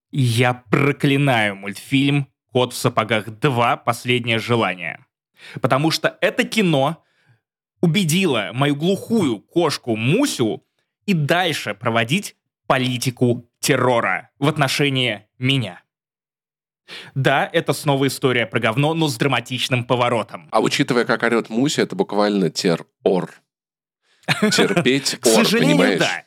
Я проклинаю мультфильм «Кот в сапогах 2. Последнее желание». Потому что это кино убедило мою глухую кошку Мусю и дальше проводить политику террора в отношении меня. Да, это снова история про говно, но с драматичным поворотом. А учитывая, как орет Муся, это буквально тер-ор. Терпеть К ор, сожалению, понимаешь? да.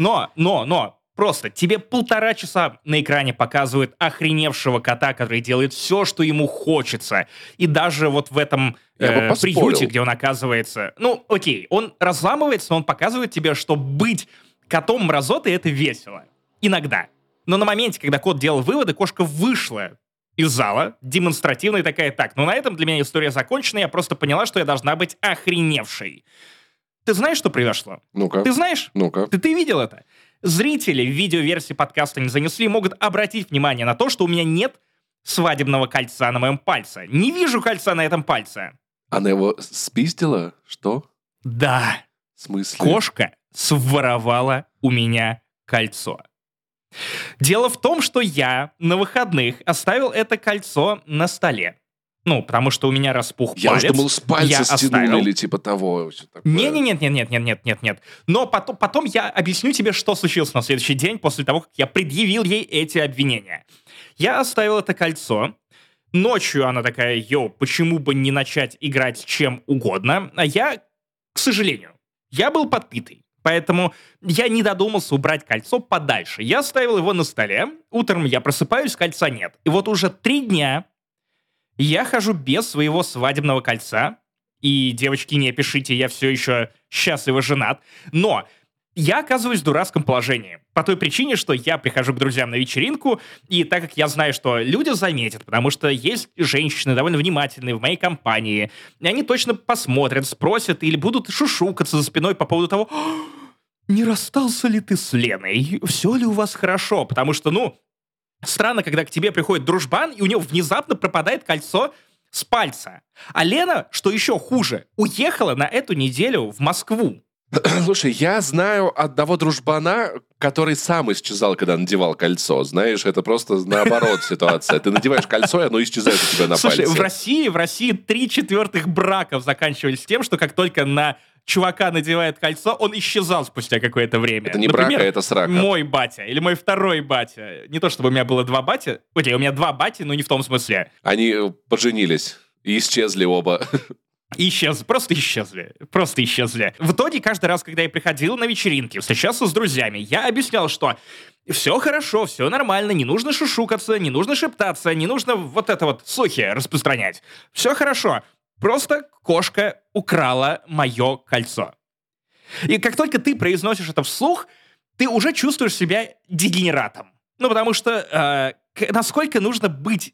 Но, просто тебе 1,5 часа на экране показывают охреневшего кота, который делает все, что ему хочется. И даже вот в этом Я бы поспорил. приюте, где он оказывается... Ну, окей, он разламывается, но он показывает тебе, что быть котом мразотой — это весело. Иногда. Но на моменте, когда кот делал выводы, кошка вышла из зала, демонстративно и такая: так, ну на этом для меня история закончена, я просто поняла, что я должна быть охреневшей. Ты знаешь, что произошло? Ну-ка. Ты знаешь? Ну-ка. Ты видел это? Зрители в видеоверсии подкаста «Не занесли» могут обратить внимание на то, что у меня нет свадебного кольца на моем пальце. Не вижу кольца на этом пальце. Она его спиздила? Что? Да, В смысле? кошка своровала у меня кольцо. Дело в том, что я на выходных оставил это кольцо на столе. Ну, потому что у меня распух Я палец. уж думал, с пальца Я стянули оставил. или типа того. что такое. Нет. Но потом я объясню тебе, что случилось на следующий день после того, как я предъявил ей эти обвинения. Я оставил это кольцо. Ночью она такая: йоу, почему бы не начать играть с чем угодно? А я, к сожалению, я был подпитый. Поэтому я не додумался убрать кольцо подальше. Я оставил его на столе. Утром я просыпаюсь, кольца нет. И вот уже 3 дня я хожу без своего свадебного кольца. И, девочки, не пишите, я все еще счастливо женат. Но я оказываюсь в дурацком положении. По той причине, что я прихожу к друзьям на вечеринку, и так как я знаю, что люди заметят, потому что есть женщины довольно внимательные в моей компании, и они точно посмотрят, спросят или будут шушукаться за спиной по поводу того: не расстался ли ты с Леной? Все ли у вас хорошо? Потому что, странно, когда к тебе приходит дружбан, и у него внезапно пропадает кольцо с пальца. А Лена, что еще хуже, уехала на эту неделю в Москву. Слушай, я знаю одного дружбана, который сам исчезал, когда надевал кольцо. Знаешь, это просто наоборот ситуация. Ты надеваешь кольцо, и оно исчезает у тебя на Слушай, пальце. в России 3/4 браков заканчивались тем, что как только на чувака надевает кольцо, он исчезал спустя какое-то время. Это не Например, брак, а это срака. мой батя или мой второй батя. Не то чтобы у меня было 2 батя. Окей, у меня 2 бати, но не в том смысле. Они поженились и исчезли оба. Просто исчезли. В итоге, каждый раз, когда я приходил на вечеринки, встречался с друзьями, я объяснял, что все хорошо, все нормально, не нужно шушукаться, не нужно шептаться, не нужно вот это вот слухи распространять. Все хорошо, просто кошка украла мое кольцо. И как только ты произносишь это вслух, ты уже чувствуешь себя дегенератом. Потому что насколько нужно быть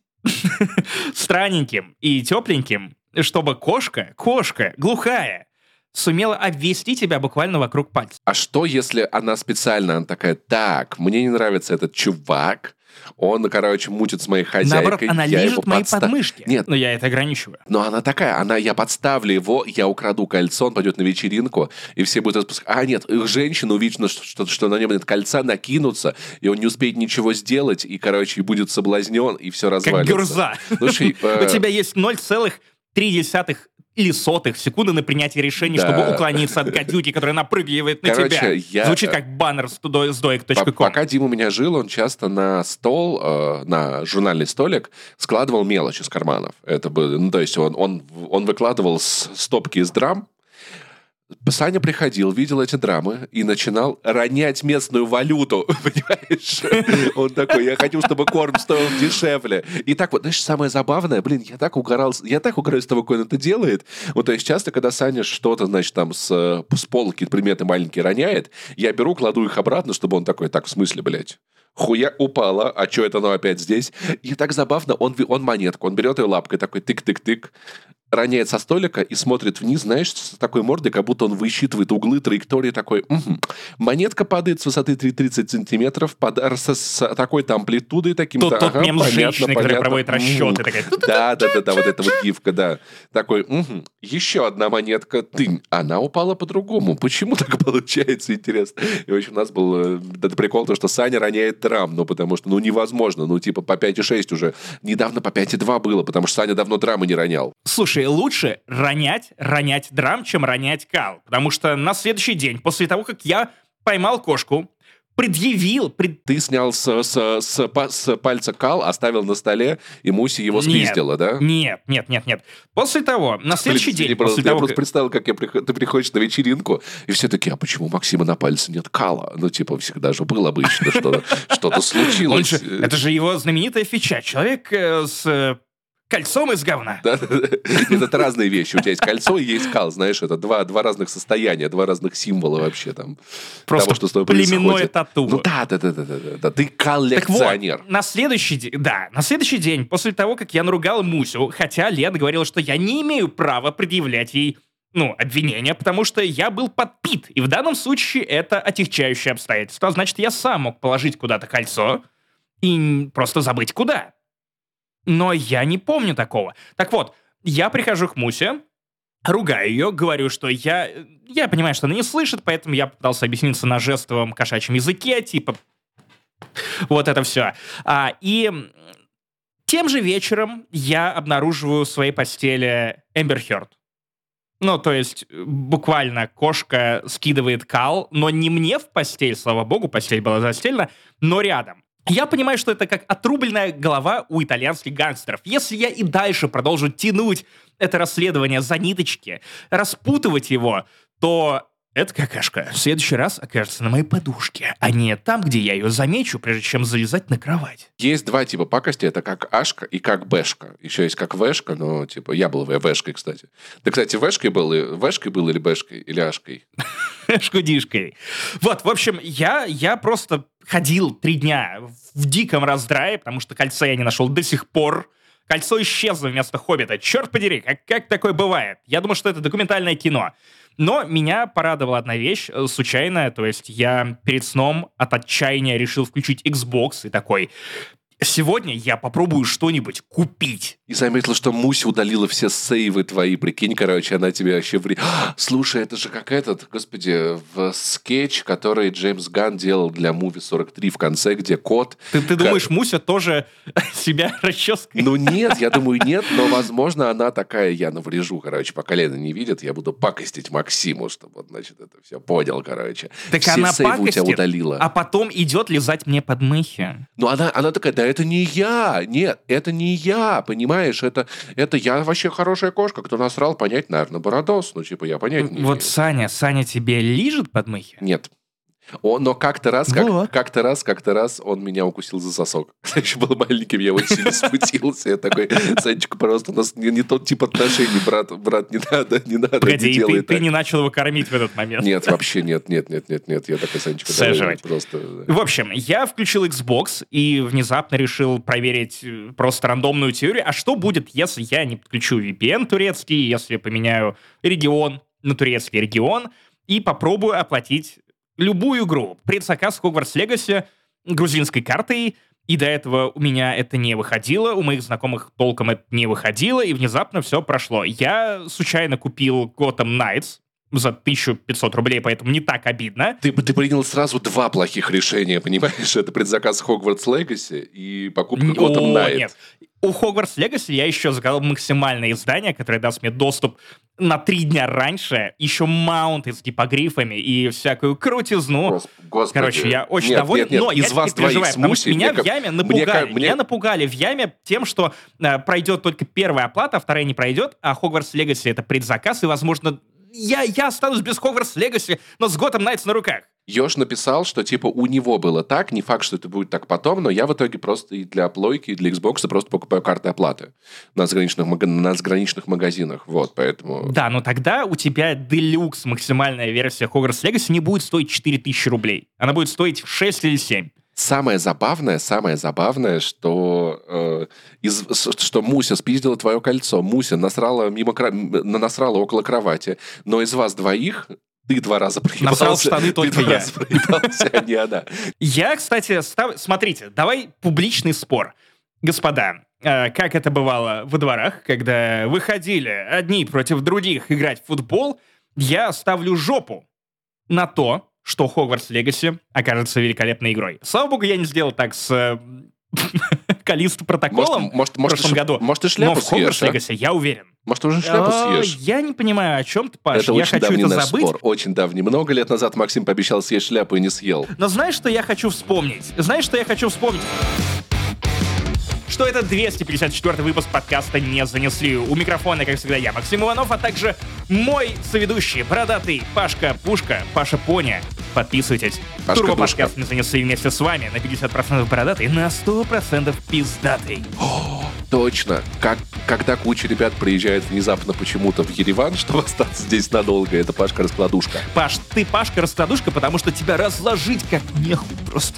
странненьким и тепленьким, чтобы кошка, глухая, сумела обвести тебя буквально вокруг пальца. А что, если она специально, она такая: так, мне не нравится этот чувак, он, мутит с моей хозяйкой. Наоборот, она я его лижет мои подмышки. Нет. Но я это ограничиваю. Но она такая, я подставлю его, я украду кольцо, он пойдет на вечеринку, и все будут распускать. А нет, их женщина увидит, что на нем нет кольца, накинутся, и он не успеет ничего сделать, и, и будет соблазнен, и все развалится. Как гюрза. Слушай, У тебя есть 0,3 или сотых секунды на принятие решения, Да. чтобы уклониться от гадюки, которая напрыгивает на тебя. Звучит как баннер с doek.com. Пока Дима у меня жил, он часто на стол, на журнальный столик складывал мелочь из карманов. Это было, то есть он выкладывал стопки из драм. Саня приходил, видел эти драмы и начинал ронять местную валюту, понимаешь? Он такой: я хочу, чтобы корм стоил дешевле. И так вот, знаешь, самое забавное, я так угораю с того, как он это делает. То есть часто, когда Саня что-то, там с полки предметы маленькие роняет, я беру, кладу их обратно, чтобы он такой: так, в смысле, блядь? Хуя упала, а что это оно опять здесь? И так забавно, он монетку, он берет ее лапкой, такой тык-тык-тык, роняет со столика и смотрит вниз, знаешь, с такой мордой, как будто он высчитывает углы траектории, такой, монетка падает с высоты 30 сантиметров, с такой-то амплитудой, таким-то, Тот мем с женщиной, которая проводит расчеты, такая... Да, вот эта вот гифка, да. Такой, еще одна монетка, тынь, она упала по-другому. Почему так получается, интересно? И, в общем, у нас был этот прикол, то, что Саня роняет драм, потому что, невозможно, типа по 5,6 уже. Недавно по 5,2 было, потому что Саня давно драмы не ронял. Слушай, лучше ронять драм, чем ронять кал. Потому что на следующий день, после того, как я поймал кошку, Ты снял с пальца кал, оставил на столе, и Муси его спиздила, да? Нет. После того, на следующий день... Я просто представил, как ты приходишь на вечеринку, и все такие, а почему у Максима на пальце нет кала? Всегда же было обычно, что-то случилось. Это же его знаменитая фича. Человек с... кольцом из говна. Это разные вещи. У тебя есть кольцо и есть кал, знаешь, это два разных состояния, два разных символа вообще там. Просто того, что с тобой племенное тату. Да. Ты коллекционер. Так вот, на следующий день, после того, как я наругал Мусю, хотя Лена говорила, что я не имею права предъявлять ей, обвинения, потому что я был подпит. И в данном случае это отягчающее обстоятельство. Значит, я сам мог положить куда-то кольцо и просто забыть куда. Но я не помню такого. Так вот, я прихожу к Мусе, ругаю ее, говорю, что я понимаю, что она не слышит, поэтому я пытался объясниться на жестовом кошачьем языке, типа вот это все. И тем же вечером я обнаруживаю в своей постели Эмбер Хёрд. То есть буквально кошка скидывает кал, но не мне в постель, слава богу, постель была застелена, но рядом. Я понимаю, что это как отрубленная голова у итальянских гангстеров. Если я и дальше продолжу тянуть это расследование за ниточки, распутывать его, то эта какашка в следующий раз окажется на моей подушке, а не там, где я ее замечу, прежде чем залезать на кровать. Есть два типа пакости, это как Ашка и как Бэшка. Еще есть как Вэшка, но я был Вэшкой, кстати. Ты, кстати, Вэшкой был или Бэшкой, или Ашкой? Шкудишкой. Вот, в общем, я просто ходил 3 дня в диком раздрае, потому что кольца я не нашел до сих пор. Кольцо исчезло вместо Хоббита. Черт подери, как такое бывает? Я думаю, что это документальное кино. Но меня порадовала одна вещь случайная, то есть я перед сном от отчаяния решил включить Xbox и такой... Сегодня я попробую что-нибудь купить. И заметил, что Муся удалила все сейвы твои. Прикинь, она тебе вообще... Слушай, это же как господи, в скетч, который Джеймс Ганн делал для Movie 43 в конце, где кот... Ты думаешь, Муся тоже себя расческой? Нет, я думаю, нет, но, возможно, она такая, я наврежу, пока Лена не видит, я буду пакостить Максиму, чтобы он, это все понял, Так все она сейвы пакостит, у тебя удалила. А потом идет лизать мне подмыхи. Она такая, да это не я, нет, это не я, понимаешь, это я вообще хорошая кошка, кто насрал, понять, наверное, Бородос, я понять не имею. Вот Саня тебе лижет подмыхи? Нет. Но как-то раз он меня укусил за сосок. Я еще был маленьким, я очень сильно смутился. Я такой, Санечка, просто у нас не тот тип отношений, брат, не надо. Погоди, и ты не начал его кормить в этот момент? Нет, вообще нет. Я такой, Санечка, давай просто... В общем, я включил Xbox и внезапно решил проверить просто рандомную теорию. А что будет, если я не подключу VPN турецкий, если поменяю регион на турецкий регион и попробую оплатить любую игру. Предзаказ Hogwarts Legacy грузинской картой, и до этого у меня это не выходило, у моих знакомых толком это не выходило, и внезапно все прошло. Я случайно купил Gotham Knights за 1500 рублей, поэтому не так обидно. Ты принял сразу 2 плохих решения, понимаешь? Это предзаказ Hogwarts Legacy и покупка Gotham Knights. Нет. У Hogwarts Legacy я еще заказал максимальное издание, которое даст мне доступ на 3 дня раньше, еще маунты с гипогрифами и всякую крутизну. Господи. Я очень доволен, но из я вас переживаю, потому что меня в яме напугали. Меня напугали в яме тем, что пройдет только первая оплата, а вторая не пройдет, а Hogwarts Legacy — это предзаказ, и, возможно, я останусь без Hogwarts Legacy, но с Gotham Knights на руках. Ёж написал, что у него было так, не факт, что это будет так потом, но я в итоге просто и для плойки, и для Xbox просто покупаю карты оплаты на заграничных магазинах, поэтому... Да, но тогда у тебя Deluxe максимальная версия Hogwarts Legacy не будет стоить 4000 рублей. Она будет стоить 6 или 7. Самое забавное, что Муся спиздила твое кольцо. Муся насрала около кровати. Но из вас двоих ты 2 раза проебался. Насрал в штаны только я. Проебался, а не она. Я, кстати, смотрите, давай публичный спор. Господа, как это бывало во дворах, когда выходили одни против других играть в футбол, я ставлю жопу на то, что Хогвартс Легаси окажется великолепной игрой. Слава богу, я не сделал так с Каллисто Протоколом в прошлом году. Может, ты шляпу но в Хогвартс съешь, Легаси я уверен. Может, ты уже шляпу съешь? Я не понимаю, о чем ты, Паш. Это Я очень хочу давний это наш забыть. спор, очень давний. Много лет назад Максим пообещал съесть шляпу и не съел. Но знаешь, что я хочу вспомнить? Что это 254 выпуск подкаста «Не занесли». У микрофона, как всегда, я, Максим Иванов, а также мой соведущий, бородатый Пашка Пушка, Паша Поня. Подписывайтесь. Турбо-подкаст «Не занесли» вместе с вами на 50% бородатый, на 100% пиздатый. Точно. Когда куча ребят приезжает внезапно почему-то в Ереван, чтобы остаться здесь надолго, это Пашка-раскладушка. Паш, ты Пашка-раскладушка, потому что тебя разложить как нехуй просто.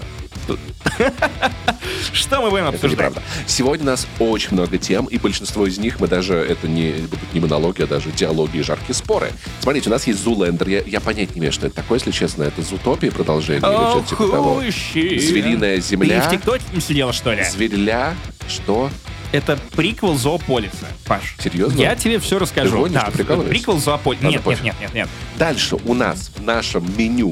Что мы будем обсуждать? Это неправда. Сегодня у нас очень много тем, и большинство из них это не монологи, а даже диалоги и жаркие споры. Смотрите, у нас есть Зулендер. Я понять не имею, что это такое, если честно. Это Зутопия продолжение или что-то типа того. Звериная земля. Ты в ТикТоке не сидела, что ли? Зверля. Что? Это приквел Зоополиса, Паш. Серьезно? Я тебе все расскажу. Да, приквел Зоополиса. Нет. Дальше у нас в нашем меню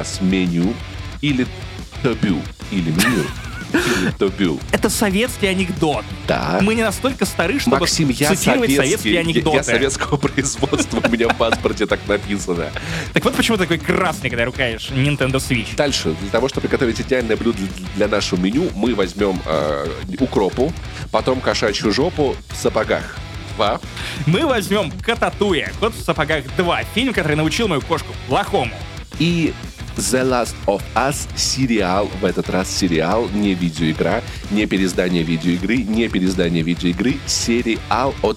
или табю, или меню, или табю. Это советский анекдот. Да. Мы не настолько стары, чтобы Максим, цитировать советские анекдоты. Я советского производства, у меня в паспорте так написано. Так вот почему такой красный, когда рукаешь Nintendo Switch. Дальше, для того, чтобы приготовить идеальное блюдо для нашего меню, мы возьмем укропу, потом кошачью жопу в сапогах. 2. Мы возьмем Котатуя, Кот в сапогах 2, фильм, который научил мою кошку плохому. И The Last of Us сериал, в этот раз сериал, не видеоигра, не переиздание видеоигры, сериал от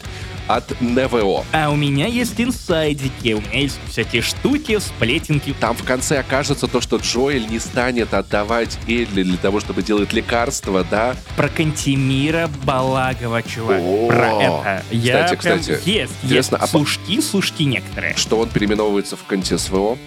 НВО. А у меня есть инсайдики, у меня есть всякие штуки, сплетенки. Там в конце окажется то, что Джоэль не станет отдавать Элли для того, чтобы делать лекарства, да? Про Кантемира Балагова, чувак. Про это. Кстати. Есть. Слушки некоторые. Что он переименовывается в Канти-СВО?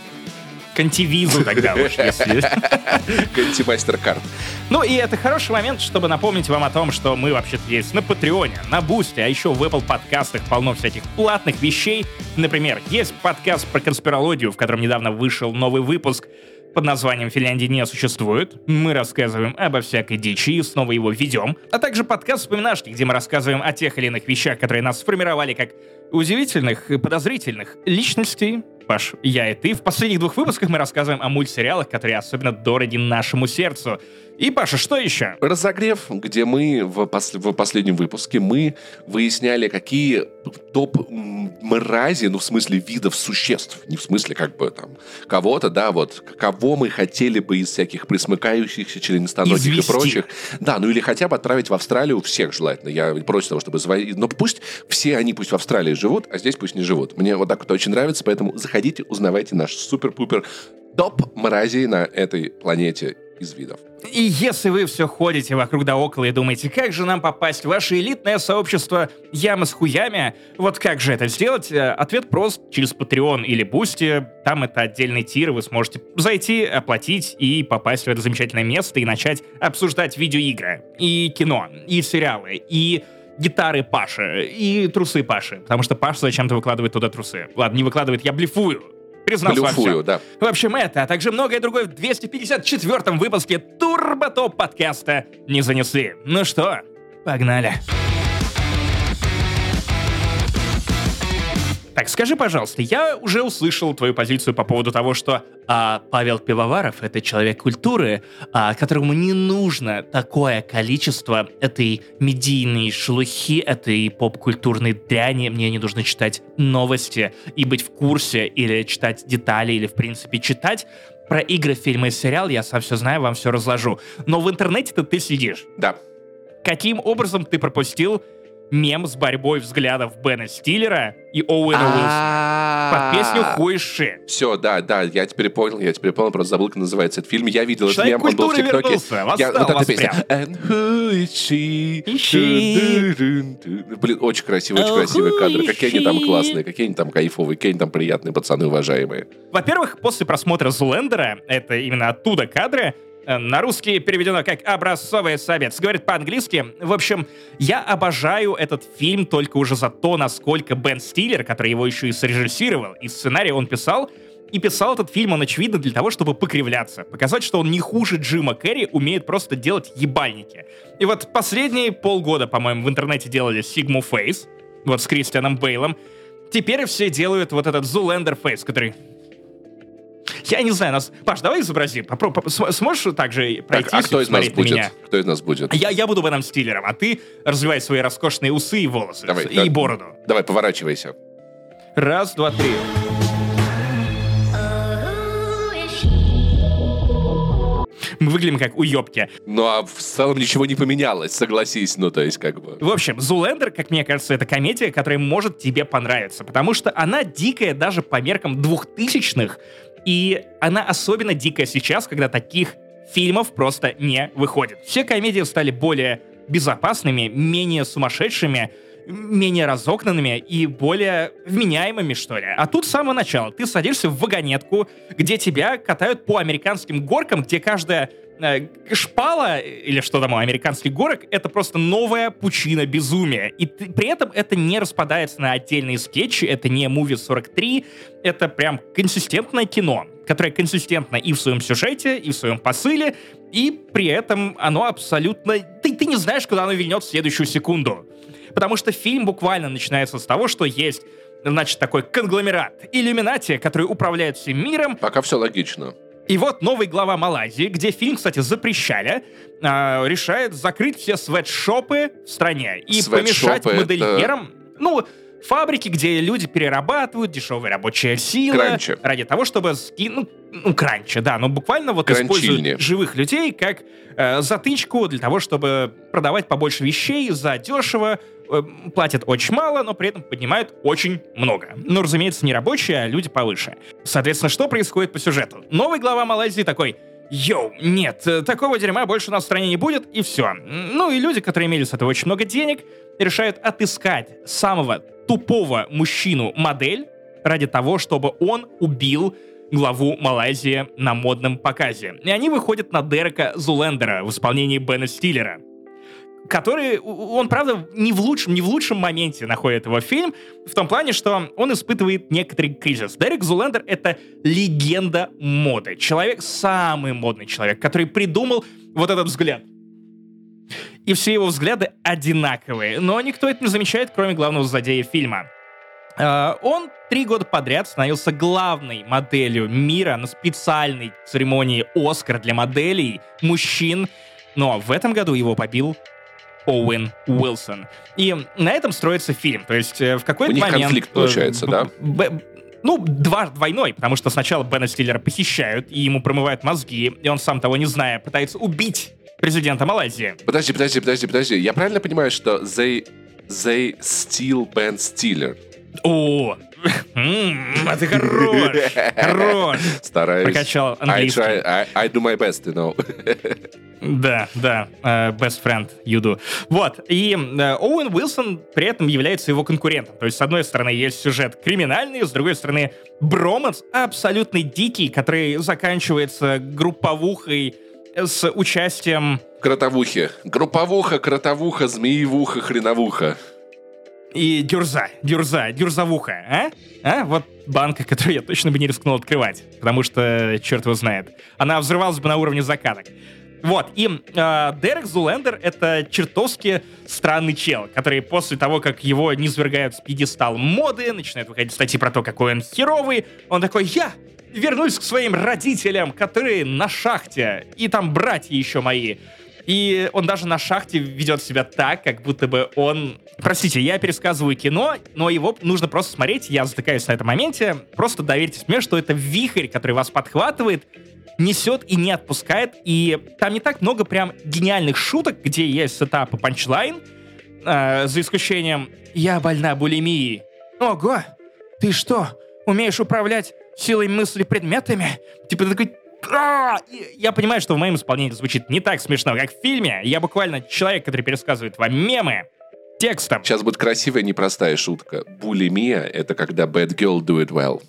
Кантивизу тогда уж, если... Канти-мастер-карт. Ну и это хороший момент, чтобы напомнить вам о том, что мы вообще-то есть на Патреоне, на Бусте, а еще в Apple подкастах полно всяких платных вещей. Например, есть подкаст про конспирологию, в котором недавно вышел новый выпуск под названием «Финляндии не существует». Мы рассказываем обо всякой дичи и снова его ведем. А также подкаст «Вспоминашки», где мы рассказываем о тех или иных вещах, которые нас сформировали как удивительных и подозрительных личностей. Паш, я и ты. В последних 2 выпусках мы рассказываем о мультсериалах, которые особенно дороги нашему сердцу. И, Паша, что еще? Разогрев, где мы в последнем выпуске мы выясняли, какие топ-мрази, в смысле видов существ, не в смысле кого-то, да, вот, кого мы хотели бы из всяких присмыкающихся, членистоногих и прочих. Да, или хотя бы отправить в Австралию всех желательно. Я против того, чтобы звонить. Но пусть все они в Австралии живут, а здесь пусть не живут. Мне вот так вот очень нравится, поэтому заходите, узнавайте наш супер-пупер топ мразей на этой планете из видов. И если вы все ходите вокруг да около и думаете, как же нам попасть в ваше элитное сообщество ямы с хуями, вот как же это сделать? Ответ прост: через Patreon или Boosty. Там это отдельный тир, вы сможете зайти, оплатить и попасть в это замечательное место и начать обсуждать видеоигры, и кино, и сериалы, и гитары Паши, и трусы Паши. Потому что Паша зачем-то выкладывает туда трусы. Ладно, не выкладывает, я блефую. Признался во всем. Да. В общем, это, а также многое другое в 254-м выпуске Турбо-топ подкаста «Не занесли». Ну что, погнали. Так, скажи, пожалуйста, я уже услышал твою позицию по поводу того, что Павел Пивоваров — это человек культуры, которому не нужно такое количество этой медийной шелухи, этой поп-культурной дряни. Мне не нужно читать новости и быть в курсе, или читать детали, или, в принципе, читать. Про игры, фильмы и сериал я сам все знаю, вам все разложу. Но в интернете-то ты сидишь. Да. Каким образом ты пропустил мем с борьбой взглядов Бена Стиллера и Оуэна Уилсона под песню «Who is she?». Все, да, я теперь понял, просто забыл, как называется этот фильм. Я видел этот мем, он был в ТикТоке. Вот эта песня. And who is she? Блин, очень красивые кадры. Какие они там классные, какие они там кайфовые, какие они там приятные пацаны, уважаемые. Во-первых, после просмотра «Зулендера», это именно оттуда кадры, на русский переведено как «образцовый самец», говорит по-английски. В общем, я обожаю этот фильм только уже за то, насколько Бен Стиллер, который его еще и срежиссировал, и сценарий он писал, и писал этот фильм он, очевидно, для того, чтобы покривляться, показать, что он не хуже Джима Керри, умеет просто делать ебальники. И вот последние полгода, по-моему, в интернете делали Sigma Face, вот с Кристианом Бейлом. Теперь все делают вот этот Zoolander Face, который... Я не знаю, Паш, давай изобрази. Сможешь также пройти а кто из нас будет? меня? Кто из нас будет? Я буду Беном Стиллером, а ты развивай свои роскошные усы и волосы. И бороду. Давай, поворачивайся. 1, 2, 3. Мы выглядим как уёбки. Ну, а в целом ничего не поменялось, согласись, то есть как бы... В общем, «Зулендер», как мне кажется, это комедия, которая может тебе понравиться, потому что она дикая даже по меркам 2000-х, и она особенно дикая сейчас, когда таких фильмов просто не выходит. Все комедии стали более безопасными, менее сумасшедшими, менее разогнанными и более вменяемыми, что ли. А тут с самого начала ты садишься в вагонетку, где тебя катают по американским горкам, где каждая шпала, или что там у американских горок, это просто новая пучина безумия. И при этом это не распадается на отдельные скетчи, это не «Муви 43», это прям консистентное кино, которое консистентно и в своем сюжете, и в своем посыле, и при этом оно абсолютно... Ты не знаешь, куда оно вильнет в следующую секунду. Потому что фильм буквально начинается с того, что есть, значит, такой конгломерат, иллюминати, который управляет всем миром. Пока все логично. И вот новый глава Малайзии, где фильм, кстати, запрещали, решает закрыть все свэтшопы в стране и помешать модельерам... Ну, фабрики, где люди перерабатывают дешевая рабочая сила. Кранчи. Ради того, чтобы кранчи, да, но буквально вот используют живых людей как затычку для того, чтобы продавать побольше вещей за дешево, платят очень мало, но при этом поднимают очень много. Ну, разумеется, не рабочие, а люди повыше. Соответственно, что происходит по сюжету? Новый глава Малайзии такой: йоу, нет, такого дерьма больше у нас в стране не будет, и все. Ну и люди, которые имели с этого очень много денег, решают отыскать самого тупого мужчину-модель ради того, чтобы он убил главу Малайзии на модном показе. И они выходят на Дерека Зулендера в исполнении Бена Стиллера, который, он, правда, не в лучшем моменте находит его фильм, в том плане, что он испытывает некоторый кризис. Дерек Зулендер — это легенда моды. Человек, самый модный человек, который придумал вот этот взгляд. И все его взгляды одинаковые, но никто это не замечает, кроме главного злодея фильма. Он 3 года подряд становился главной моделью мира на специальной церемонии «Оскар» для моделей мужчин, но в этом году его побил Оуэн Уилсон. И на этом строится фильм. То есть в какой-то момент... У них конфликт получается, да? Двойной, потому что сначала Бена Стиллера похищают, и ему промывают мозги, и он, сам того не зная, пытается убить президента Малайзии. Подожди. Я правильно понимаю, что they steal Ben Stiller? О, ты хорош. Стараюсь. Прокачал английский. I do my best, you know. Да, best friend you do. Вот, и Оуэн Уилсон при этом является его конкурентом. То есть, с одной стороны, есть сюжет криминальный, с другой стороны, броманс абсолютно дикий, который заканчивается групповухой с участием... Кротовухи. Групповуха, кротовуха, змеевуха, хреновуха. И дюрзовуха, а? Вот банка, которую я точно бы не рискнул открывать, потому что черт его знает. Она взрывалась бы на уровне закаток. Вот, и Дерек Зулендер — это чертовски странный чел, который после того, как его низвергают с пьедестала моды, начинают выходить статьи про то, какой он херовый, он такой: я вернусь к своим родителям, которые на шахте, и там братья еще мои. И он даже на шахте ведет себя так, как будто бы он... Простите, я пересказываю кино, но его нужно просто смотреть, я затыкаюсь на этом моменте. Просто доверьтесь мне, что это вихрь, который вас подхватывает, несет и не отпускает. И там не так много прям гениальных шуток, где есть сетап и панчлайн, За исключением «Я больна булимией». Ого! Ты что, умеешь управлять силой мысли предметами? Типа ты такой... Я понимаю, что в моем исполнении звучит не так смешно, как в фильме. Я буквально человек, который пересказывает вам мемы текстом. Сейчас будет красивая непростая шутка. Булимия — это когда bad girl do it well.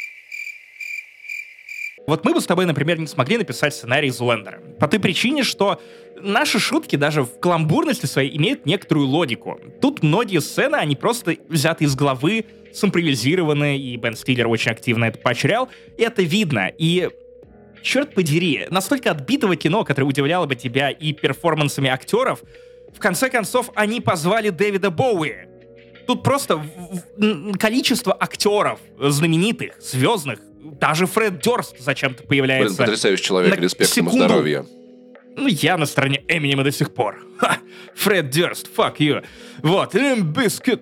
Вот мы бы с тобой, например, не смогли написать сценарий Зулендера. По той причине, что наши шутки даже в каламбурности своей имеют некоторую логику. Тут многие сцены, они просто взяты из головы, симпровизированы, и Бен Стиллер очень активно это поощрял. И это видно. И, черт подери, настолько отбитого кино, которое удивляло бы тебя и перформансами актеров, в конце концов, они позвали Дэвида Боуи. Тут просто количество актеров знаменитых, звездных, даже Фред Дёрст зачем-то появляется. Блин, потрясающий человек, респект ему, здоровья. Ну, я на стороне Эминема до сих пор. Фред Дёрст, fuck you. Вот, Бискут.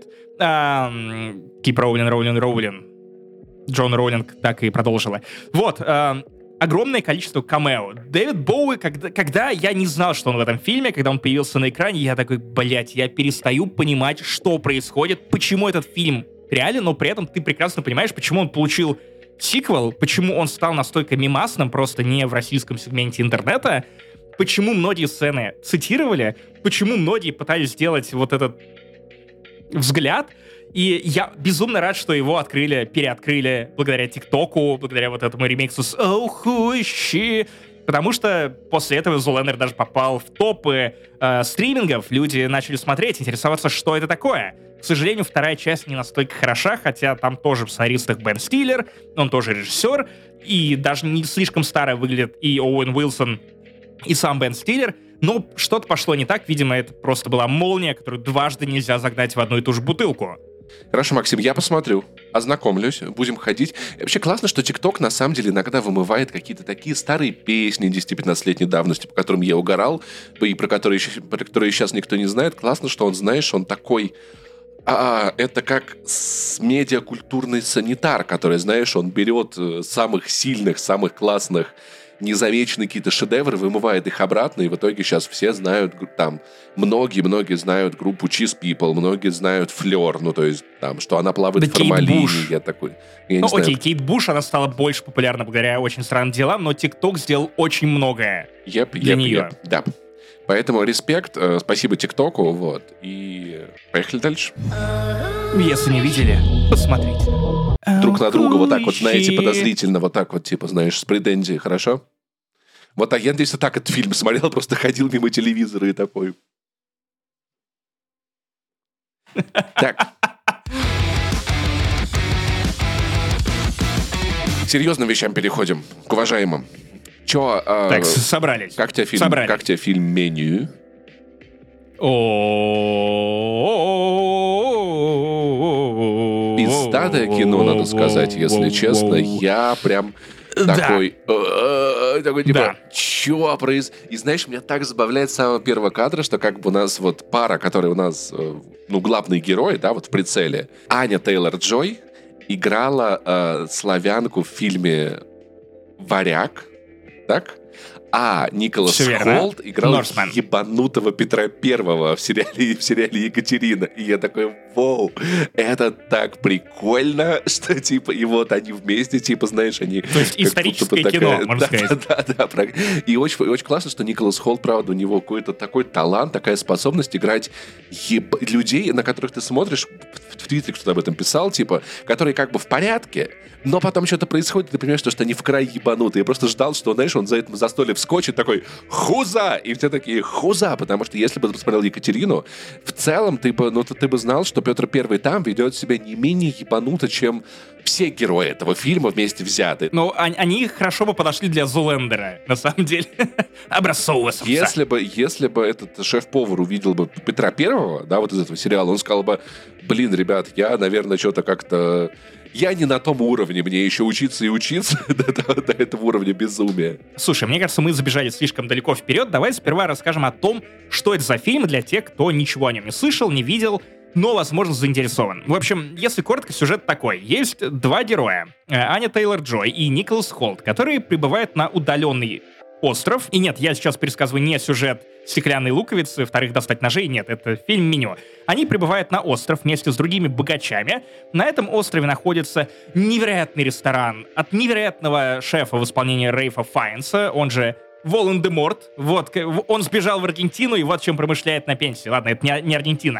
Кип Роулин. Джон Роулинг так и продолжила. Вот, огромное количество камео. Дэвид Боуи, когда я не знал, что он в этом фильме, когда он появился на экране, я такой, блять, я перестаю понимать, что происходит, почему этот фильм реален, но при этом ты прекрасно понимаешь, почему он получил сиквел, почему он стал настолько мемасным, просто не в российском сегменте интернета, почему многие сцены цитировали, почему многие пытались сделать вот этот взгляд. И я безумно рад, что его переоткрыли благодаря ТикТоку, благодаря вот этому ремиксу с «Охуищи». Потому что после этого Зулендер даже попал в топы стримингов. Люди начали смотреть, интересоваться, что это такое. К сожалению, вторая часть не настолько хороша, хотя там тоже в сценаристах Бен Стиллер, он тоже режиссер, и даже не слишком старая выглядит и Оуэн Уилсон, и сам Бен Стиллер. Но что-то пошло не так, видимо, это просто была молния, которую дважды нельзя загнать в одну и ту же бутылку. Хорошо, Максим, я посмотрю, ознакомлюсь, будем ходить. И вообще классно, что ТикТок на самом деле иногда вымывает какие-то такие старые песни 10-15-летней давности, по которым я угорал, и про которые сейчас никто не знает. Классно, что он, знаешь, он такой... это как медиакультурный санитар, который, знаешь, он берет самых сильных, самых классных, незамеченные какие-то шедевры, вымывает их обратно, и в итоге сейчас все знают, там, многие знают группу Cheese People, многие знают Fleur, ну, то есть, там, что она плавает в формалине, я такой... Я не знаю. Окей, Кейт Буш, она стала больше популярна благодаря очень странным делам, но ТикТок сделал очень многое для нее. Да. Поэтому респект, спасибо ТикТоку, вот, и поехали дальше. Если не видели, посмотрите. Друг на друга вот так вот, знаете, подозрительно, вот так вот, типа, знаешь, с претензией, хорошо? Вот так, я надеюсь, я так этот фильм смотрел, просто ходил мимо телевизора и такой... Так. К серьезным вещам переходим, к уважаемым. Чё, так, собрались. Как тебе фильм «Меню»? Пиздатое кино, надо сказать, если честно. Я прям такой, типа, чё происходит? И знаешь, меня так забавляет с самого первого кадра, что как бы у нас вот пара, которая у нас, ну, главный герой, да, вот в прицеле. Аня Тейлор-Джой играла славянку в фильме «Варяг», так? А Николас Холт играл Норсмен. ебанутого Петра Первого в сериале «Екатерина». И я такой, вау, это так прикольно, что, типа, и вот они вместе, типа, знаешь, они... То есть историческое кино, можно сказать. Да. И очень, очень классно, что Николас Холт, правда, у него какой-то такой талант, такая способность играть людей, на которых ты смотришь, в Твиттере кто-то об этом писал, типа, которые как бы в порядке, но потом что-то происходит, и ты понимаешь, что они в край ебанутые. Я просто ждал, что, знаешь, он за столе вскочит такой «Хуза!» И все такие «Хуза!» Потому что если бы ты посмотрел «Екатерину», в целом ты бы знал, что Петр Первый там ведет себя не менее ебануто, чем все герои этого фильма вместе взяты. Ну, они хорошо бы подошли для Зулендера, на самом деле. Образцового самца. Если бы этот шеф-повар увидел бы Петра Первого, да, вот из этого сериала, он сказал бы: блин, ребят, я, наверное, что-то как-то... Я не на том уровне, мне еще учиться и учиться до этого уровня безумия. Слушай, мне кажется, мы забежали слишком далеко вперед. Давай сперва расскажем о том, что это за фильм для тех, кто ничего о нем не слышал, не видел, но, возможно, заинтересован. В общем, если коротко, сюжет такой. Есть два героя, Аня Тейлор-Джой и Николас Холт, которые прибывают на удаленный остров. И нет, я сейчас пересказываю не сюжет «Стеклянной луковицы», вторых «Достать ножей». Нет, это фильм-меню. Они прибывают на остров вместе с другими богачами. На этом острове находится невероятный ресторан от невероятного шефа в исполнении Рейфа Файнса, он же Волан-де-Морт. Вот, он сбежал в Аргентину и вот чем промышляет на пенсии. Ладно, это не Аргентина.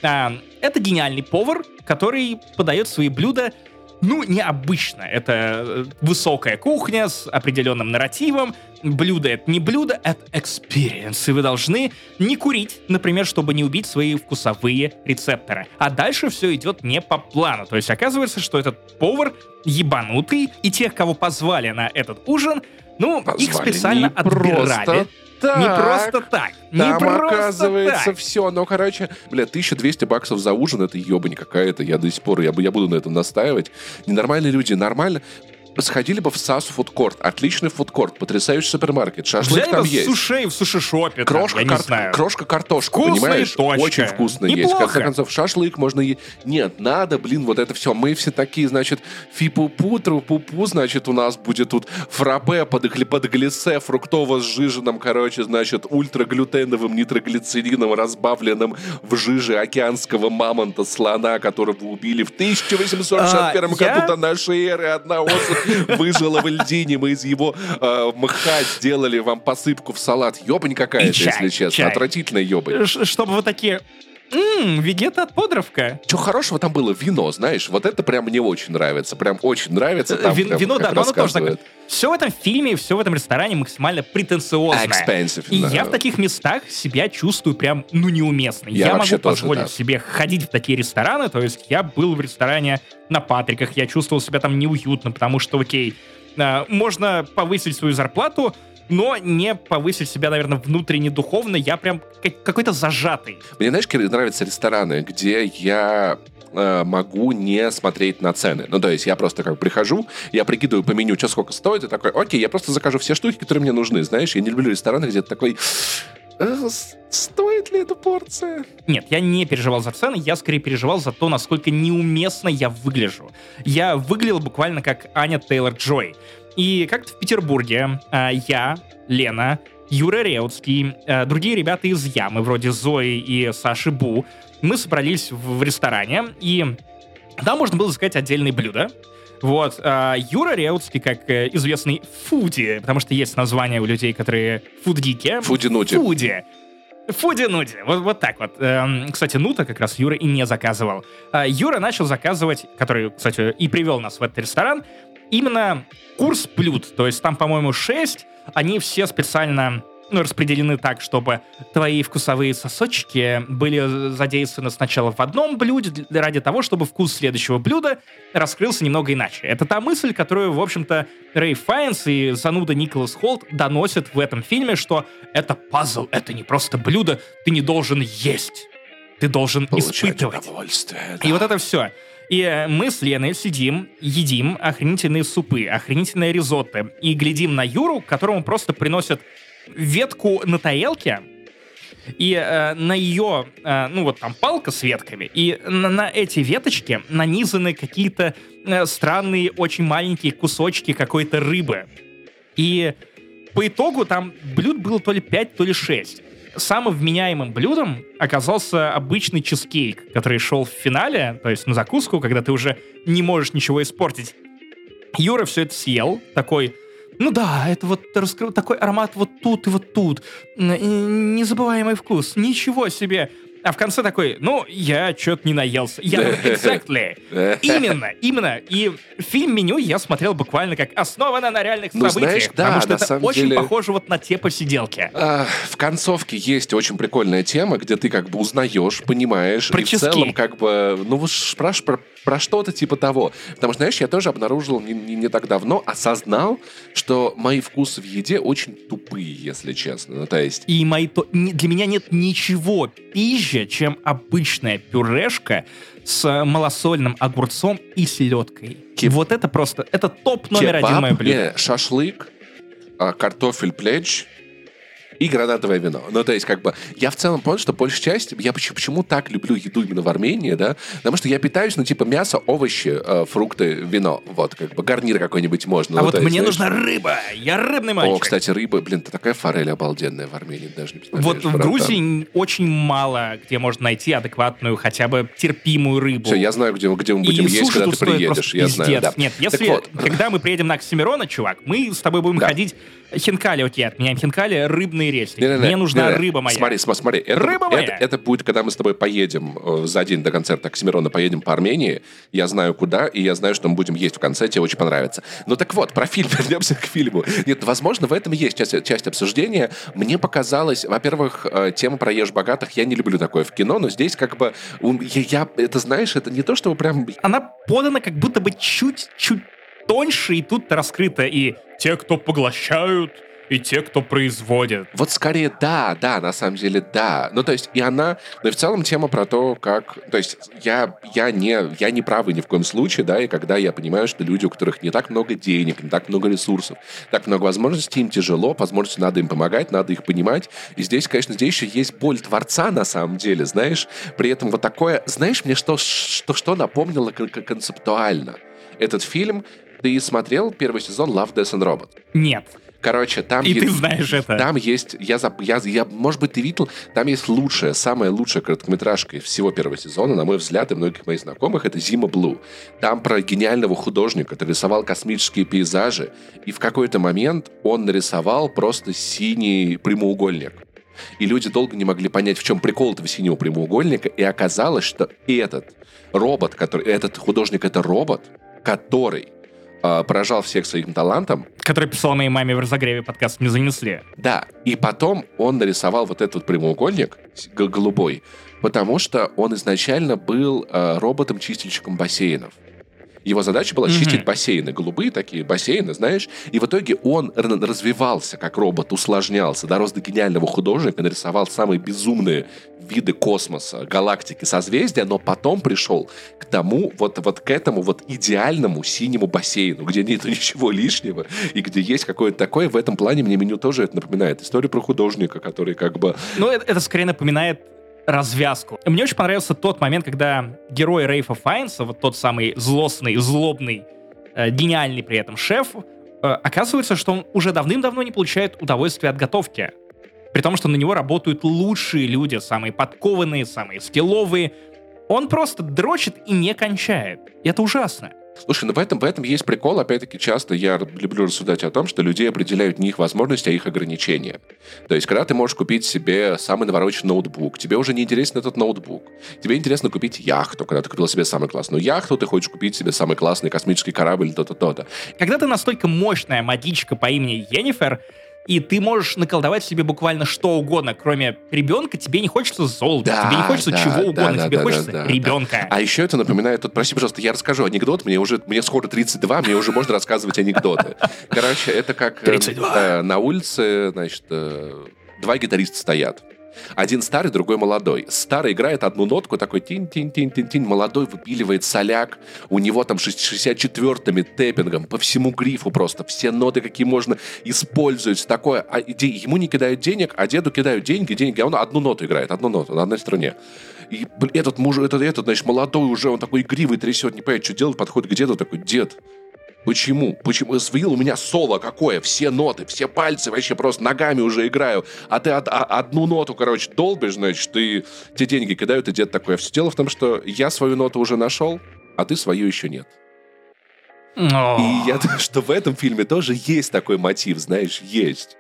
Это гениальный повар, который подает свои блюда, необычно. Это высокая кухня с определенным нарративом. Блюдо — это не блюдо, это experience. И вы должны не курить, например, чтобы не убить свои вкусовые рецепторы. А дальше все идет не по плану. То есть оказывается, что этот повар ебанутый, и тех, кого позвали на этот ужин, их специально отбирали. Не просто так. Там, оказывается, все. 1200 баксов за ужин — это ебань какая-то. Я до сих пор, я буду на этом настаивать. Ненормальные люди, нормально. Сходили бы в САС фудкорт. Отличный фудкорт, потрясающий супермаркет. Шашлык там есть. Сушей в суши-шопе. Крошка картошка, вкусная, понимаешь? точка. Очень вкусно есть. В конце концов, шашлык можно есть. Нет, надо, вот это все. Мы все такие, значит, фи-пу-пу, тру-пу-пу, значит, у нас будет тут фраппе под глиссе, фруктово-сжиженным, значит, ультраглютеновым нитроглицерином, разбавленным в жиже океанского мамонта, слона, которого убили в 1861 году до нашей эры. Одна особь выжила в льдине, мы из его мха сделали вам посыпку в салат. Ёбань какая-то, если честно. Отвратительная ёбань. Чтобы вы такие... вегета от подровка. Чего хорошего там было? Вино, знаешь. Вот это прям мне очень нравится. Прям очень нравится. Там вино, да, но оно тоже такое. Все в этом фильме, все в этом ресторане максимально претенциозное. Expensive, и я в таких местах себя чувствую прям, неуместно. Я могу позволить себе ходить в такие рестораны, то есть я был в ресторане на Патриках, я чувствовал себя там неуютно, потому что, окей, можно повысить свою зарплату, но не повысить себя, наверное, внутренне духовно. Я прям какой-то зажатый. Мне, знаешь, нравятся рестораны, где я могу не смотреть на цены. То есть я просто прихожу, я прикидываю по меню, что сколько стоит, и такой, окей, я просто закажу все штуки, которые мне нужны. Знаешь, я не люблю рестораны, где ты такой... Стоит ли эта порция? Нет, я не переживал за цены, я скорее переживал за то, насколько неуместно я выгляжу. Я выглядел буквально как Аня Тейлор-Джой. И как-то в Петербурге я, Лена, Юра Реутский, другие ребята из Ямы, вроде Зои и Саши Бу, мы собрались в ресторане, и там можно было заказать отдельные блюда. Вот, Юра Реутский, как известный фуди, потому что есть название у людей, которые фудгики. Фуди-нуди. Фуди-нуди. Вот так вот. Кстати, нута как раз Юра и не заказывал. Юра начал заказывать, который, кстати, и привел нас в этот ресторан, именно курс блюд. То есть там, по-моему, 6. Они все специально распределены так, чтобы твои вкусовые сосочки были задействованы сначала в одном блюде ради того, чтобы вкус следующего блюда раскрылся немного иначе. Это та мысль, которую, в общем-то, Рейф Файнс и зануда Николас Холт доносят в этом фильме, что это пазл, это не просто блюдо, ты не должен есть, ты должен испытывать. Да. И вот это все. И мы с Леной сидим, едим охренительные супы, охренительные ризотто, и глядим на Юру, которому просто приносят ветку на тарелке, и на ее, там палка с ветками, и на эти веточки нанизаны какие-то странные, очень маленькие кусочки какой-то рыбы. И по итогу там блюд было то ли 5, то ли 6. Самым вменяемым блюдом оказался обычный чизкейк, который шел в финале, то есть на закуску, когда ты уже не можешь ничего испортить. Юра все это съел, такой... это вот раскрыл такой аромат вот тут и вот тут. Незабываемый вкус. Ничего себе. А в конце такой, я что-то не наелся. Exactly. Именно. И фильм-меню я смотрел буквально как основано на реальных событиях. Знаешь, потому что это очень деле... похоже вот на те посиделки. В концовке есть очень прикольная тема, где ты узнаешь, понимаешь. Про и в целом про что-то типа того. Потому что, знаешь, я тоже обнаружил не так давно, осознал, что мои вкусы в еде очень тупые, если честно. То есть... И для меня нет ничего пизже, чем обычная пюрешка с малосольным огурцом и селедкой. Вот это просто, это топ номер один мое блюдо. Шашлык, картофель плеч И гранатовое вино. Ну, то есть, как бы, я в целом понял, что большая часть... Я почему так люблю еду именно в Армении, да? Потому что я питаюсь, ну, типа, мясо, овощи, фрукты, вино. Вот, как бы, гарнир какой-нибудь можно. А ну, вот есть, мне знаешь... нужна рыба. Я рыбный мальчик. О, кстати, рыба, блин, такая форель обалденная в Армении, даже не представляешь. Вот в Грузии очень мало где можно найти адекватную, хотя бы терпимую рыбу. Все, я знаю, где мы будем есть, когда ты приедешь. Я знаю, да. Нет, если, когда мы приедем на Оксимирона, чувак, мы с тобой будем ходить... Хинкали, окей, отменяем хинкали, рыбные рельсы. Мне нужна рыба моя. Смотри, рыба моя. Это будет, когда мы с тобой поедем за день до концерта Оксимирона, поедем по Армении. Я знаю, куда, и я знаю, что мы будем есть в конце, тебе очень понравится. Ну так вот, про фильм, вернемся к фильму. Нет, возможно, в этом есть часть обсуждения. Мне показалось, во-первых, тема про ешь богатых, я не люблю такое в кино, но здесь как бы, это знаешь, это не то, чтобы прям... Она подана как будто бы чуть-чуть тоньше, и тут раскрыто и те, кто поглощают, и те, кто производят. Вот скорее да, на самом деле да. Ну, то есть, и она... Ну, и в целом тема про то, как... То есть, я не правый ни в коем случае, да, и когда я понимаю, что люди, у которых не так много денег, не так много ресурсов, так много возможностей, им тяжело, возможности надо им помогать, надо их понимать. И здесь, конечно, здесь еще есть боль творца, на самом деле, знаешь. При этом вот такое... Знаешь, мне что напомнило концептуально? Этот фильм... Ты смотрел первый сезон Love, Death and Robots? Нет. Короче, там и есть... ты знаешь это. Там есть... может быть, ты видел? Там есть самая лучшая короткометражка из всего первого сезона, на мой взгляд, и многих моих знакомых, это «Зима Блу». Там про гениального художника, который рисовал космические пейзажи, и в какой-то момент он нарисовал просто синий прямоугольник. И люди долго не могли понять, в чем прикол этого синего прямоугольника, и оказалось, что этот художник — это робот, который поражал всех своим талантом. Который писал моей маме в разогреве подкаст «Не занесли». Да, и потом он нарисовал вот этот прямоугольник голубой, потому что он изначально был роботом-чистильщиком бассейнов. Его задача была чистить бассейны, голубые такие бассейны, знаешь. И в итоге он развивался как робот, усложнялся, дорос до гениального художника, нарисовал самые безумные виды космоса, галактики, созвездия, но потом пришел к тому, вот к этому вот идеальному синему бассейну, где нет ничего лишнего, и где есть какое-то такое. В этом плане мне меню тоже это напоминает. История про художника, который как бы... Ну, это скорее напоминает развязку. Мне очень понравился тот момент, когда герой Рейфа Файнса, вот тот самый злостный, злобный, гениальный при этом шеф, оказывается, что он уже давным-давно не получает удовольствия от готовки. При том, что на него работают лучшие люди, самые подкованные, самые скилловые. Он просто дрочит и не кончает. И это ужасно. Слушай, ну в этом есть прикол. Опять-таки, часто я люблю рассуждать о том, что людей определяют не их возможности, а их ограничения. То есть, когда ты можешь купить себе самый навороченный ноутбук, тебе уже не интересен этот ноутбук. Тебе интересно купить яхту. Когда ты купил себе самую классную яхту, ты хочешь купить себе самый классный космический корабль, то-то, то-то. Когда ты настолько мощная магичка по имени Йеннифер, и ты можешь наколдовать себе буквально что угодно, кроме ребенка, тебе не хочется золота, тебе не хочется чего угодно, тебе хочется ребенка. А еще это напоминает, прости, пожалуйста, я расскажу анекдот, мне скоро 32, мне уже можно рассказывать анекдоты. Короче, это как на улице, значит, два гитариста стоят. Один старый, другой молодой. Старый играет одну нотку, такой тинь-тинь-тинь-тинь-тинь. Молодой выпиливает соляк. У него там 64-ми тэппингом по всему грифу просто. Все ноты, какие можно использовать. Такое. А ему не кидают денег, а деду кидают деньги, а он одну ноту играет. Одну ноту на одной струне. И этот, значит, молодой уже, он такой игривый трясет, не понимает, что делать, подходит к деду, такой: дед, Почему? Свил у меня соло какое, все ноты, все пальцы вообще просто ногами уже играю, а ты одну ноту, короче, долбишь, значит, и те деньги кидают, и дед такой. А все дело в том, что я свою ноту уже нашел, а ты свою еще нет. И я думаю, что в этом фильме тоже есть такой мотив, знаешь, есть.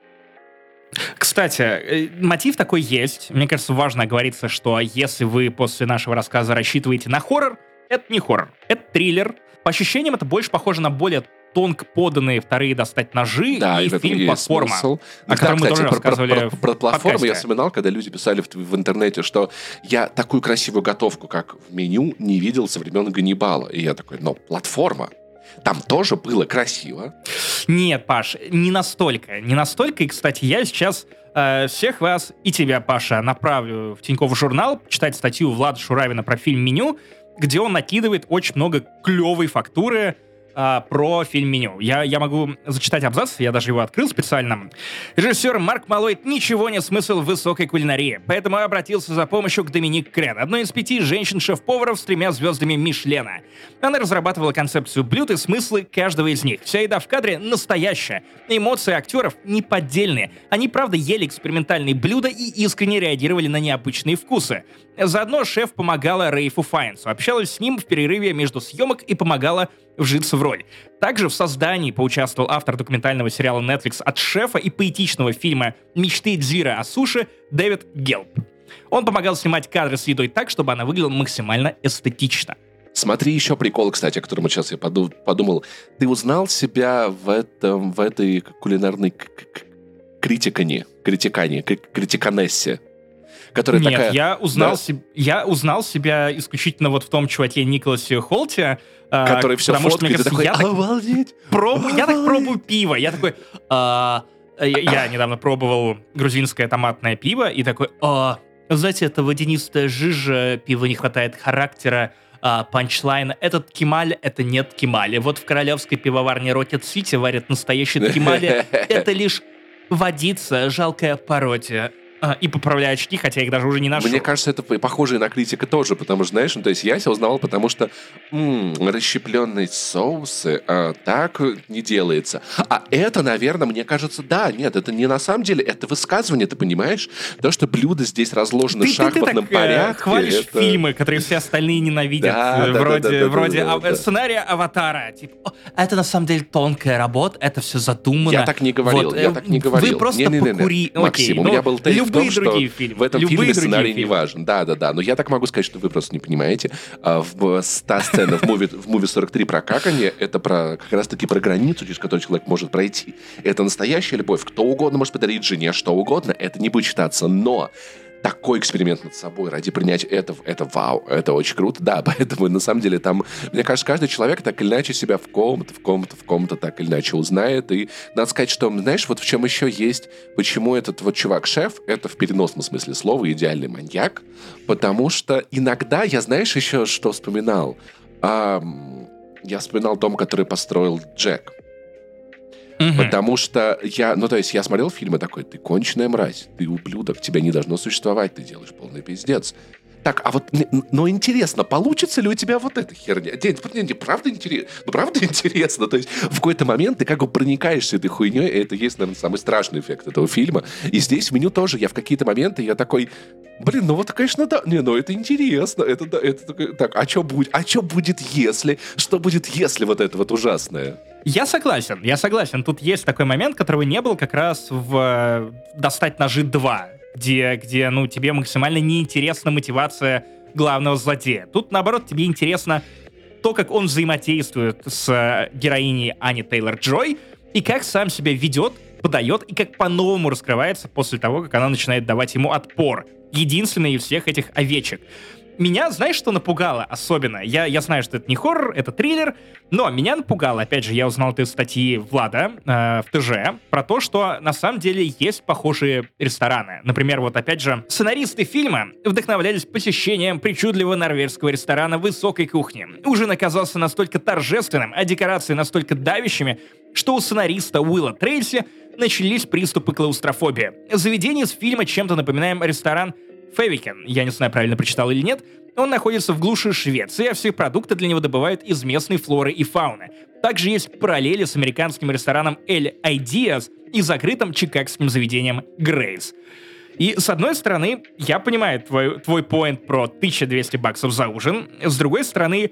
Кстати, мотив такой есть. Мне кажется, важно оговориться, что если вы после нашего рассказа рассчитываете на хоррор, это не хоррор, это триллер. По ощущениям, это больше похоже на более тонко поданные вторые достать ножи, да, и фильм «Платформа», о котором мы тоже рассказывали про «Платформу» я вспоминал, когда люди писали в интернете, что я такую красивую готовку, как в меню, не видел со времен Ганнибала. И я такой: но «Платформа», там тоже было красиво. Нет, Паш, не настолько. Не настолько. И, кстати, я сейчас всех вас и тебя, Паша, направлю в Тинькофф журнал читать статью Влада Шуравина про фильм «Меню», где он накидывает очень много клевой фактуры про фильм-меню. Я могу зачитать абзац, я даже его открыл специально. Режиссер Марк Маллойд ничего не смысл в высокой кулинарии, поэтому обратился за помощью к Доминик Крен, одной из 5 женщин-шеф-поваров с 3 звездами Мишлена. Она разрабатывала концепцию блюд и смыслы каждого из них. Вся еда в кадре настоящая. Эмоции актеров неподдельные. Они, правда, ели экспериментальные блюда и искренне реагировали на необычные вкусы. Заодно шеф помогала Рейфу Файнсу, общалась с ним в перерыве между съемок и помогала вжиться в роль. Также в создании поучаствовал автор документального сериала Netflix «От шефа» и поэтичного фильма «Мечты Дзира о суши» Дэвид Гелп. Он помогал снимать кадры с едой так, чтобы она выглядела максимально эстетично. Смотри, еще прикол, кстати, о котором сейчас я подумал. Ты узнал себя в этой кулинарной критиканессе? Которая Нет, такая, я узнал себя исключительно вот в том чуваке Николасе Холте, который все фоткает, и такой, обалдеть! Я так пробую пиво, я такой... Я недавно пробовал грузинское томатное пиво, и такой, знаете, это водянистая жижа, пива не хватает характера, панчлайн. Этот кемаль, это нет кемали. Вот в королевской пивоварне Rocket City варят настоящий кемали. Это лишь водица, жалкая пародия. И поправляю очки, хотя я их даже уже не ношу. Мне кажется, это похоже и на критика тоже, потому что, знаешь, то есть я себя узнавал, потому что расщепленные соусы так не делается. А это, наверное, мне кажется, да, нет, это не на самом деле, это высказывание, ты понимаешь? То, что блюда здесь разложены в шахматном порядке. Ты хвалишь фильмы, которые все остальные ненавидят, вроде сценария «Аватара». Типа, это на самом деле тонкая работа, это все задумано. Я так не говорил, Вы просто покурили. Максим, у меня был тейк в том, что в этом фильме сценарий не важен. Да. Но я так могу сказать, что вы просто не понимаете. Та сцена в муви 43 про каканье, это как раз-таки про границу, через которую человек может пройти. Это настоящая любовь. Кто угодно может подарить жене что угодно, это не будет считаться. Но такой эксперимент над собой ради принятия это вау, это очень круто. Да, поэтому на самом деле там, мне кажется, каждый человек так или иначе себя в ком-то так или иначе узнает. И надо сказать, что, знаешь, вот в чем еще есть, почему этот вот чувак-шеф, это в переносном смысле слова идеальный маньяк, потому что иногда я, знаешь, еще что вспоминал? Я вспоминал дом, который построил Джек. Потому что я смотрел фильмы такой, ты конченая мразь, ты ублюдок, тебя не должно существовать, ты делаешь полный пиздец. Так, а вот, но интересно, получится ли у тебя вот эта херня? Правда интересно? Правда интересно? То есть в какой-то момент ты как бы проникаешься этой хуйней, и это есть, наверное, самый страшный эффект этого фильма. И здесь в меню тоже я в какие-то моменты, я такой, конечно, да. Это интересно. Так, а что будет, если? Что будет, если вот это вот ужасное? Я согласен. Тут есть такой момент, которого не было как раз в «Достать ножи 2», где тебе максимально неинтересна мотивация главного злодея. Тут, наоборот, тебе интересно то, как он взаимодействует с героиней Ани Тейлор-Джой, и как сам себя ведет, подает, и как по-новому раскрывается после того, как она начинает давать ему отпор. Единственный из всех этих овечек. Меня, знаешь, что напугало особенно? Я знаю, что это не хоррор, это триллер, но меня напугало, опять же, я узнал это из статьи Влада в ТЖ, про то, что на самом деле есть похожие рестораны. Например, вот опять же, сценаристы фильма вдохновлялись посещением причудливого норвежского ресторана высокой кухни. Ужин оказался настолько торжественным, а декорации настолько давящими, что у сценариста Уилла Трейси начались приступы клаустрофобии. Заведение с фильма чем-то напоминаем ресторан Февикен, я не знаю, правильно прочитал или нет, он находится в глуши Швеции, а все продукты для него добывают из местной флоры и фауны. Также есть параллели с американским рестораном El Ideas и закрытым чикагским заведением Grace. И с одной стороны, я понимаю твой поинт про $1200 за ужин, с другой стороны,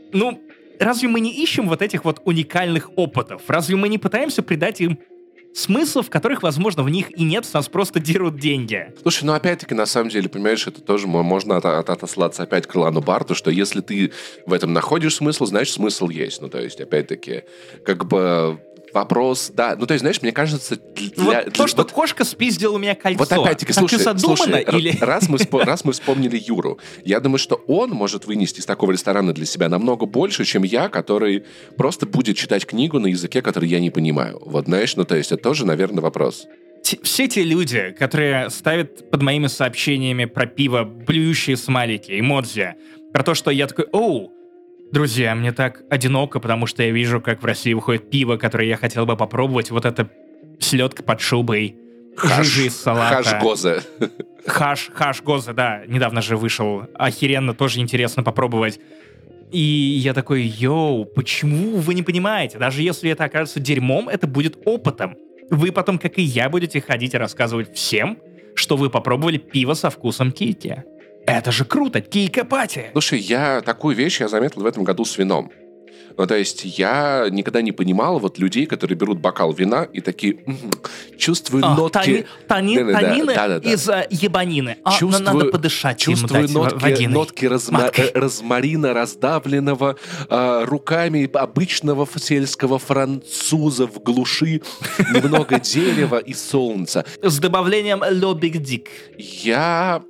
разве мы не ищем вот этих вот уникальных опытов? Разве мы не пытаемся придать им смыслов, которых, возможно, в них и нет, с нас просто дерут деньги? Слушай, опять-таки, на самом деле, понимаешь, это тоже можно отослаться опять к Лану Барту, что если ты в этом находишь смысл, значит, смысл есть. То есть, опять-таки, как бы вопрос, да, то есть, знаешь, мне кажется... что кошка спиздила у меня кольцо. Вот опять-таки, слушай, или... раз мы вспомнили Юру, я думаю, что он может вынести из такого ресторана для себя намного больше, чем я, который просто будет читать книгу на языке, который я не понимаю. Вот, знаешь, то есть, это тоже, наверное, вопрос. Все те люди, которые ставят под моими сообщениями про пиво блюющие смайлики, эмодзи, про то, что я такой, Друзья, мне так одиноко, потому что я вижу, как в России выходит пиво, которое я хотел бы попробовать. Вот это селедка под шубой, жижи из салата. Хаш-гоза. Хаш-гоза, да. Недавно же вышел. Охеренно, тоже интересно попробовать. И я такой, йоу, почему вы не понимаете? Даже если это окажется дерьмом, это будет опытом. Вы потом, как и я, будете ходить и рассказывать всем, что вы попробовали пиво со вкусом кильки. Это же круто, килька-пати! Слушай, такую вещь я заметил в этом году с вином. Ну, то есть я никогда не понимал вот людей, которые берут бокал вина и такие, чувствую нотки... Танины из ебанины. Надо подышать им дать водиной. Нотки розмарина, раздавленного руками обычного сельского француза в глуши, немного дерева и солнца. С добавлением Le Big Dick. Я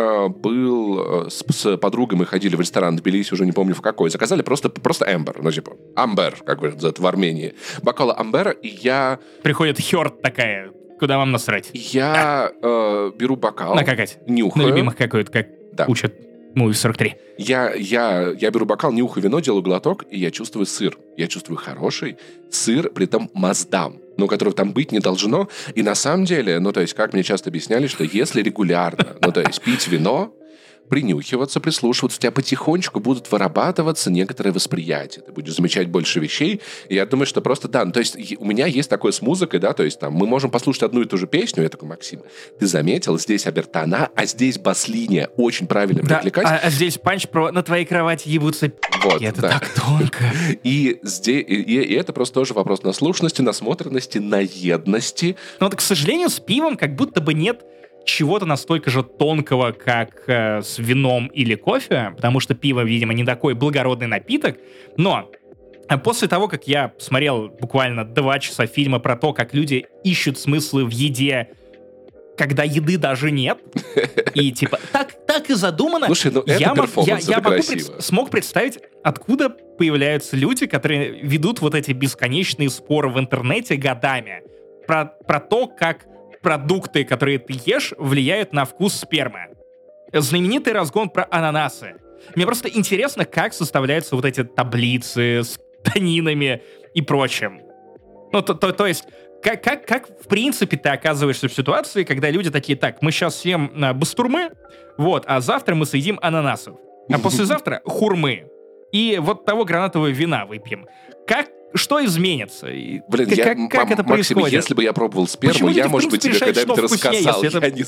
был с подругой, мы ходили в ресторан в Тбилиси, уже не помню в какой, заказали просто Эмбер, ну типа Амбер, как говорят в Армении, бокала Амбера, и я... Приходит хёрд такая, куда вам насрать? Я беру бокал, накакать. Нюхаю. На любимых какой-то, как учат Муви 43. Я беру бокал, нюхаю вино, делаю глоток, и я чувствую сыр. Я чувствую хороший сыр, при этом маздам, но которого там быть не должно. И на самом деле, ну, то есть, как мне часто объясняли, что если регулярно, ну, то есть, пить вино, принюхиваться, прислушиваться, у тебя потихонечку будут вырабатываться некоторые восприятия. Ты будешь замечать больше вещей. И я думаю, что просто, да, ну, то есть у меня есть такое с музыкой, да, то есть там мы можем послушать одну и ту же песню, я такой, Максим, ты заметил, здесь обертона, а здесь бас-линия очень правильно привлекать. А здесь панч про «на твоей кровати ебутся». Вот, это да. так тонко. И это просто тоже вопрос наслушанности, насмотренности, наедности. Но вот, к сожалению, с пивом как будто бы нет чего-то настолько же тонкого, как с вином или кофе, потому что пиво, видимо, не такой благородный напиток, но после того, как я смотрел буквально 2 часа фильма про то, как люди ищут смыслы в еде, когда еды даже нет, и типа так и задумано. Слушай, ну это перформанс, я смог представить, откуда появляются люди, которые ведут вот эти бесконечные споры в интернете годами про то, как продукты, которые ты ешь, влияют на вкус спермы. Знаменитый разгон про ананасы. Мне просто интересно, как составляются вот эти таблицы с танинами и прочим. Ну, то есть, как в принципе ты оказываешься в ситуации, когда люди такие, так, мы сейчас съем бастурмы, вот, а завтра мы съедим ананасов, а послезавтра хурмы. И вот того гранатового вина выпьем. Что изменится? Блин, как это Максим, происходит? если бы я пробовал сперму, я, может быть, тебе когда-нибудь рассказал.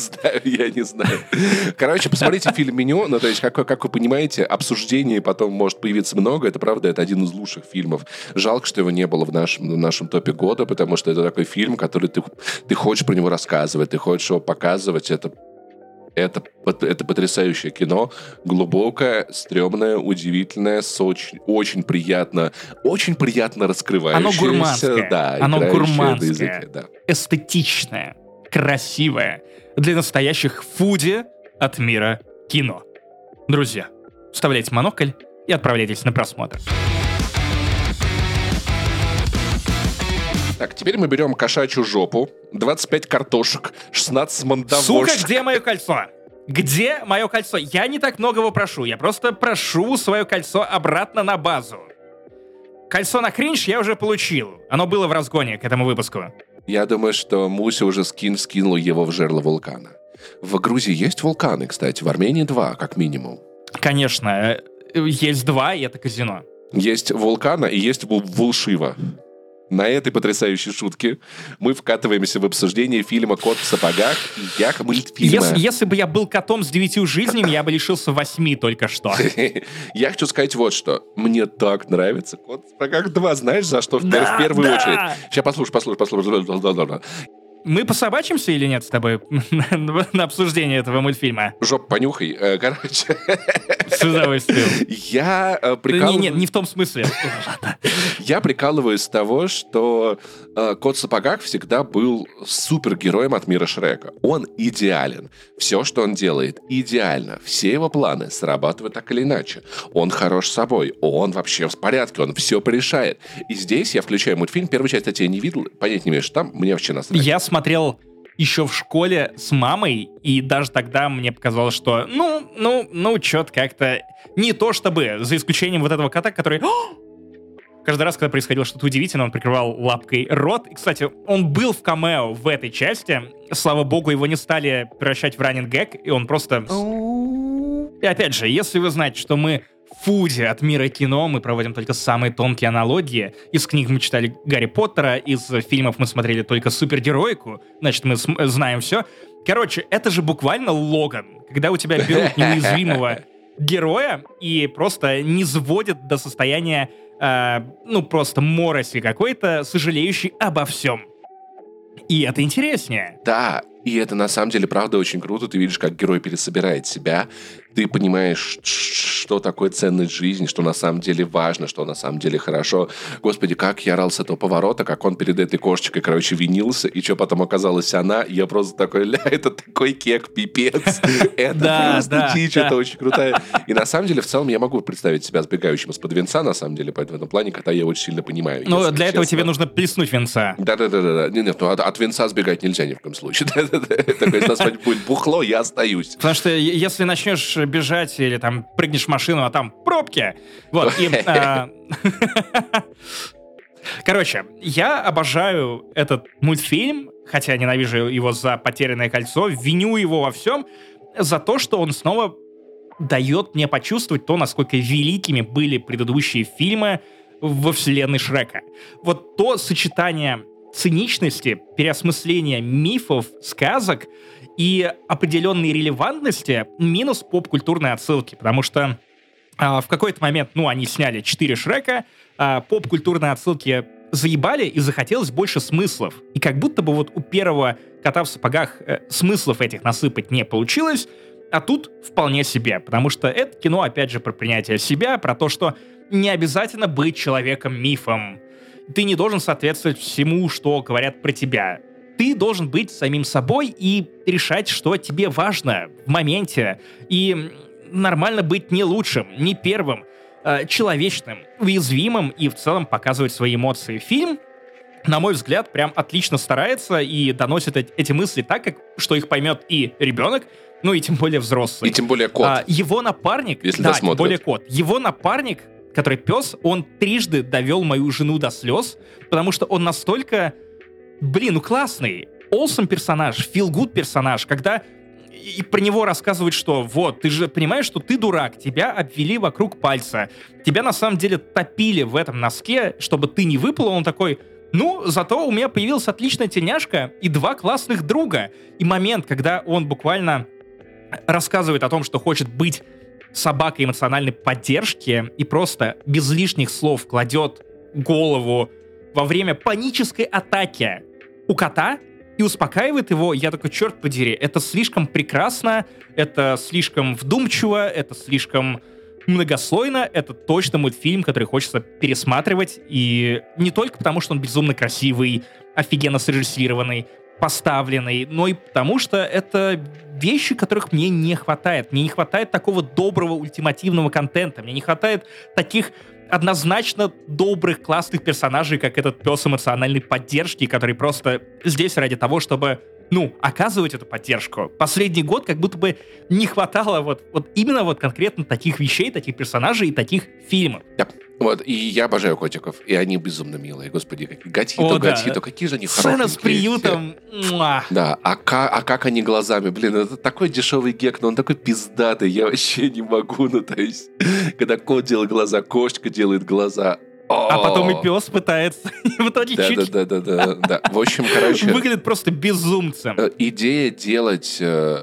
Я не знаю. Короче, посмотрите фильм «Меню». Ну, то есть, как вы понимаете, обсуждений потом может появиться много. Это правда, это один из лучших фильмов. Жалко, что его не было в нашем топе года, потому что это такой фильм, который ты хочешь про него рассказывать, ты хочешь его показывать. Это потрясающее кино, глубокое, стрёмное, удивительное, очень приятно раскрывающееся. Оно гурманское, да, оно гурманское, языке, да. Эстетичное, красивое, для настоящих фуди от мира кино. Друзья, вставляйте монокль и отправляйтесь на просмотр. Так, теперь мы берем кошачью жопу, 25 картошек, 16 мандавошек. Сука, где мое кольцо? Где мое кольцо? Я не так многого прошу. Я просто прошу свое кольцо обратно на базу. Кольцо на кринж я уже получил. Оно было в разгоне к этому выпуску. Я думаю, что Муся уже скинул его в жерло вулкана. В Грузии есть вулканы, кстати. В Армении 2, как минимум. Конечно. Есть 2, и это казино. Есть вулкана и есть Вулшива. На этой потрясающей шутке мы вкатываемся в обсуждение фильма «Кот в сапогах» и мультфильма. Если бы я был котом с 9 жизнями, я бы лишился 8 только что. Я хочу сказать вот что. Мне так нравится «Кот в сапогах 2». Знаешь, за что? В первую очередь. Сейчас послушай. Мы пособачимся или нет с тобой на обсуждение этого мультфильма? Жоп, понюхай. Короче. С удовольствием. Я прикалываюсь... Нет, не в том смысле. Я прикалываюсь с того, что Кот в сапогах всегда был супергероем от мира Шрека. Он идеален. Все, что он делает, идеально. Все его планы срабатывают так или иначе. Он хорош собой. Он вообще в порядке. Он все порешает. И здесь я включаю мультфильм. Первую часть, кстати, я не видел. Понять не имею, что там. Мне вообще насрать. Я смотрел еще в школе с мамой, и даже тогда мне показалось, что что-то как-то не то чтобы, за исключением вот этого кота, который... Каждый раз, когда происходило что-то удивительное, он прикрывал лапкой рот. И, кстати, он был в камео в этой части. Слава богу, его не стали превращать в раннинг гэг, и он просто... И опять же, если вы знаете, что мы фуди от мира кино, мы проводим только самые тонкие аналогии. Из книг мы читали Гарри Поттера, из фильмов мы смотрели только супергероику, значит, мы знаем все. Короче, это же буквально Логан, когда у тебя берут неуязвимого героя и просто низводят до состояния просто мороси какой-то, сожалеющий обо всем. И это интереснее. Да, и это на самом деле правда очень круто. Ты видишь, как герой пересобирает себя. Ты понимаешь, что такое ценность жизни, что на самом деле важно, что на самом деле хорошо. Господи, как я орал с этого поворота, как он перед этой кошечкой, винился, и что потом оказалась она. Я просто такой, это такой кек, пипец. Это просто дичь, это очень крутая. И на самом деле, в целом, я могу представить себя сбегающим из-под венца, на самом деле, поэтому в этом плане кота я очень сильно понимаю. Но для этого тебе нужно плеснуть венца. Да. Нет, от венца сбегать нельзя ни в коем случае. Если на свадьбе будет бухло, я остаюсь. Потому что если начнешь бежать или там прыгнешь в машину, а там пробки. Вот. Короче, я обожаю этот мультфильм, хотя ненавижу его за «Потерянное кольцо», виню его во всем за то, что он снова дает мне почувствовать то, насколько великими были предыдущие фильмы во вселенной Шрека. Вот то сочетание циничности, переосмысления мифов, сказок и определенной релевантности минус поп-культурной отсылки, потому что в какой-то момент, они сняли 4 Шрека, поп-культурные отсылки заебали, и захотелось больше смыслов. И как будто бы вот у первого «Кота в сапогах» смыслов этих насыпать не получилось, а тут вполне себе, потому что это кино, опять же, про принятие себя, про то, что не обязательно быть человеком-мифом. Ты не должен соответствовать всему, что говорят про тебя. Ты должен быть самим собой и решать, что тебе важно в моменте. И нормально быть не лучшим, не первым, человечным, уязвимым и в целом показывать свои эмоции. Фильм, на мой взгляд, прям отлично старается и доносит эти мысли так, что их поймет и ребенок, и тем более взрослый. И тем более кот. Его напарник... Если досмотрит. Тем более кот. Его напарник, который пес, он трижды довел мою жену до слез, потому что он настолько, классный, awesome персонаж, feel good персонаж, когда и про него рассказывают, что вот, ты же понимаешь, что ты дурак, тебя обвели вокруг пальца, тебя на самом деле топили в этом носке, чтобы ты не выпал, он такой... зато у меня появилась отличная тельняшка и 2 классных друга. И момент, когда он буквально рассказывает о том, что хочет быть собакой эмоциональной поддержки и просто без лишних слов кладет голову во время панической атаки у кота и успокаивает его, я такой, черт подери, это слишком прекрасно, это слишком вдумчиво, это слишком многослойно, это точно мультфильм, который хочется пересматривать, и не только потому, что он безумно красивый, офигенно срежиссированный, поставленный, но и потому, что это вещи, которых мне не хватает. Мне не хватает такого доброго, ультимативного контента, мне не хватает таких однозначно добрых, классных персонажей, как этот пес эмоциональной поддержки, который просто здесь ради того, чтобы оказывать эту поддержку. Последний год как будто бы не хватало вот именно конкретно таких вещей, таких персонажей и таких фильмов. Вот, и я обожаю котиков, и они безумно милые, господи, Гатито, какие же они хорошие. Сцена с приютом. Да, а как они глазами, это такой дешевый гек, но он такой пиздатый, я вообще не могу, то есть, когда кот делает глаза, кошечка делает глаза. А потом и пес пытается. В итоге Да. В общем, выглядит просто безумцем. Идея делать...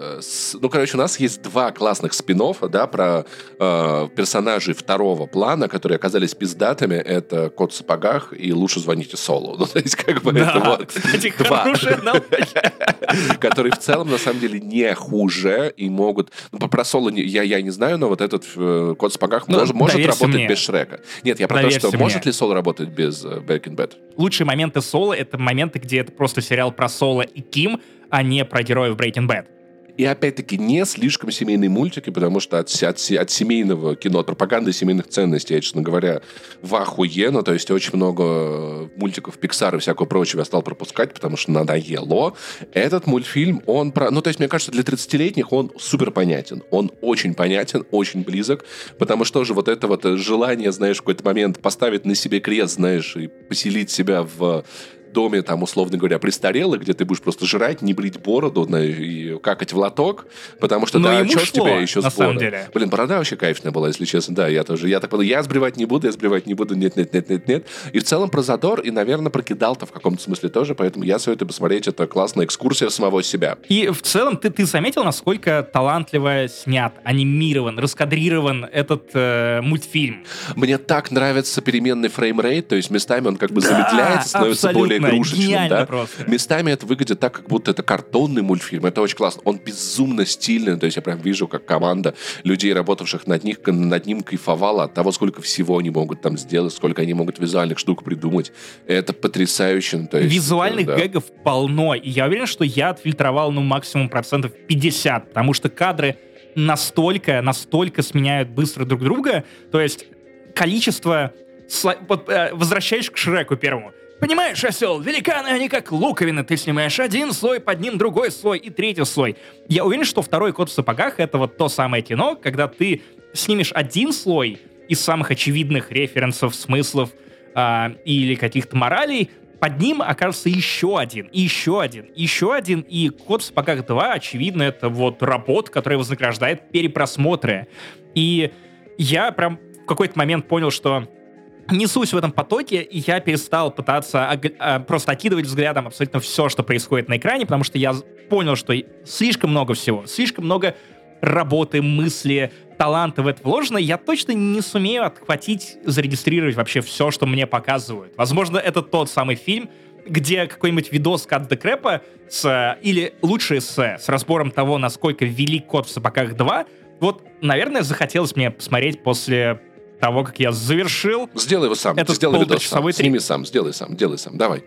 у нас есть 2 классных спин-оффа, про персонажей второго плана, которые оказались пиздатыми. Это «Кот в сапогах» и «Лучше звоните Солу». То есть, это кстати, хорошая аналогия. Которые в целом, на самом деле, не хуже и могут... Про Соло я не знаю, но вот этот «Кот в сапогах» может работать без Шрека. Нет, я про то, что может ли Соло работать без Breaking Bad? Лучшие моменты Соло — это моменты, где это просто сериал про Соло и Ким, а не про героев Breaking Bad. И опять-таки не слишком семейные мультики, потому что от семейного кино, от пропаганды семейных ценностей, я, честно говоря, в ахуе. Ну, то есть очень много мультиков Pixar и всякого прочего я стал пропускать, потому что надоело. Этот мультфильм, он про... Ну, то есть, мне кажется, для 30-летних он супер понятен. Он очень понятен, очень близок, потому что же вот это вот желание, знаешь, в какой-то момент поставить на себе крест, знаешь, и поселить себя в доме, там, условно говоря, престарелых, где ты будешь просто жрать, не брить бороду и какать в лоток, потому что, но да, ему чё ж шло, тебя еще на с борода. самом деле. Блин, борода вообще кайфная была, если честно, да, я тоже, я так подумал, я сбривать не буду, нет. И в целом про задор, и, наверное, про кидал-то в каком-то смысле тоже, поэтому я советую посмотреть, это классная экскурсия в самого себя. И в целом ты заметил, насколько талантливо снят, анимирован, раскадрирован этот мультфильм? Мне так нравится переменный фреймрейт, то есть местами он как бы замедляется, становится более игрушечным, да? Просто. Местами это выглядит так, как будто это картонный мультфильм. Это очень классно. Он безумно стильный. То есть я прям вижу, как команда людей, работавших над ним, кайфовала от того, сколько всего они могут там сделать, сколько они могут визуальных штук придумать. Это потрясающе. То есть, визуальных гэгов полно. И я уверен, что я отфильтровал, максимум 50%, потому что кадры настолько сменяют быстро друг друга. То есть количество... Возвращаешь к Шреку первому. Понимаешь, осел, великаны, они как луковины. Ты снимаешь один слой, под ним другой слой и третий слой. Я уверен, что второй «Кот в сапогах» — это вот то самое кино, когда ты снимешь один слой из самых очевидных референсов, смыслов или каких-то моралей, под ним окажется еще один, и еще один, и еще один. И «Кот в сапогах 2», очевидно, это вот работа, которая вознаграждает перепросмотры. И я прям в какой-то момент понял, что несусь в этом потоке, и я перестал пытаться просто окидывать взглядом абсолютно все, что происходит на экране, потому что я понял, что слишком много всего, слишком много работы, мысли, таланта в это вложено, я точно не сумею отхватить, зарегистрировать вообще все, что мне показывают. Возможно, это тот самый фильм, где какой-нибудь видос Cut the Crap или лучше эссе с разбором того, насколько велик «Кот в сапогах 2», вот, наверное, захотелось мне посмотреть после того, как я завершил. Сделай его сам. Это сделай видос сам. Сними Сними сам. Делай сам. Давай.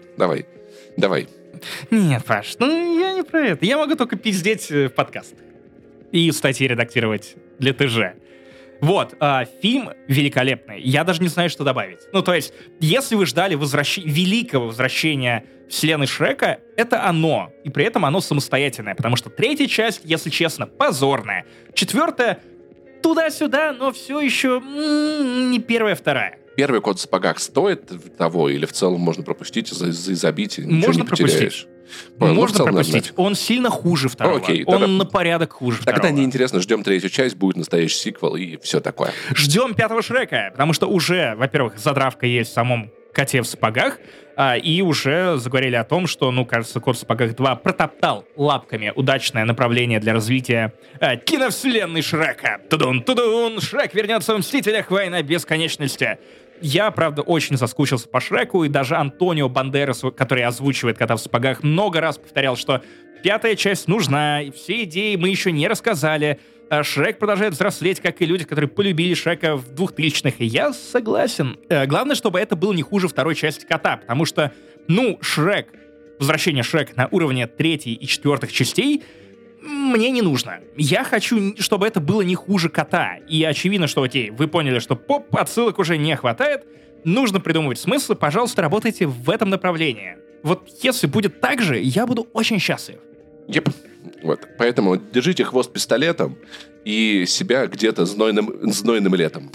Нет, Паш, я не про это. Я могу только пиздеть в подкастах. И статьи редактировать для ТЖ. Вот, фильм великолепный. Я даже не знаю, что добавить. То есть, если вы ждали великого возвращения вселенной Шрека, это оно. И при этом оно самостоятельное. Потому что третья часть, если честно, позорная. Четвертая туда-сюда, но все еще не первая, вторая. Первый «Кот в сапогах» стоит того, или в целом можно пропустить из-за забить, и ничего можно не потеряешь? Можно пропустить. Он сильно хуже второго. Окей, он на порядок хуже второго. Тогда неинтересно, ждем третью часть, будет настоящий сиквел и все такое. Ждем пятого Шрека, потому что уже, во-первых, задравка есть в самом «Коте в сапогах», и уже заговорили о том, что, кажется, «Кот в сапогах 2» протоптал лапками удачное направление для развития киновселенной Шрека. Тудун-тудун! Шрек вернется в «Мстителях. Война бесконечности». Я, правда, очень соскучился по Шреку, и даже Антонио Бандерас, который озвучивает «Кота в сапогах», много раз повторял, что пятая часть нужна, и все идеи мы еще не рассказали. Шрек продолжает взрослеть, как и люди, которые полюбили Шрека в 2000-х, и я согласен. Главное, чтобы это было не хуже второй части «Кота», потому что, Шрек, возвращение Шрека на уровне третьей и четвертых частей мне не нужно. Я хочу, чтобы это было не хуже «Кота». И очевидно, что, окей, вы поняли, что поп-отсылок уже не хватает, нужно придумывать смыслы, пожалуйста, работайте в этом направлении. Вот если будет так же, я буду очень счастлив. Вот. Поэтому держите хвост пистолетом и себя где-то знойным летом.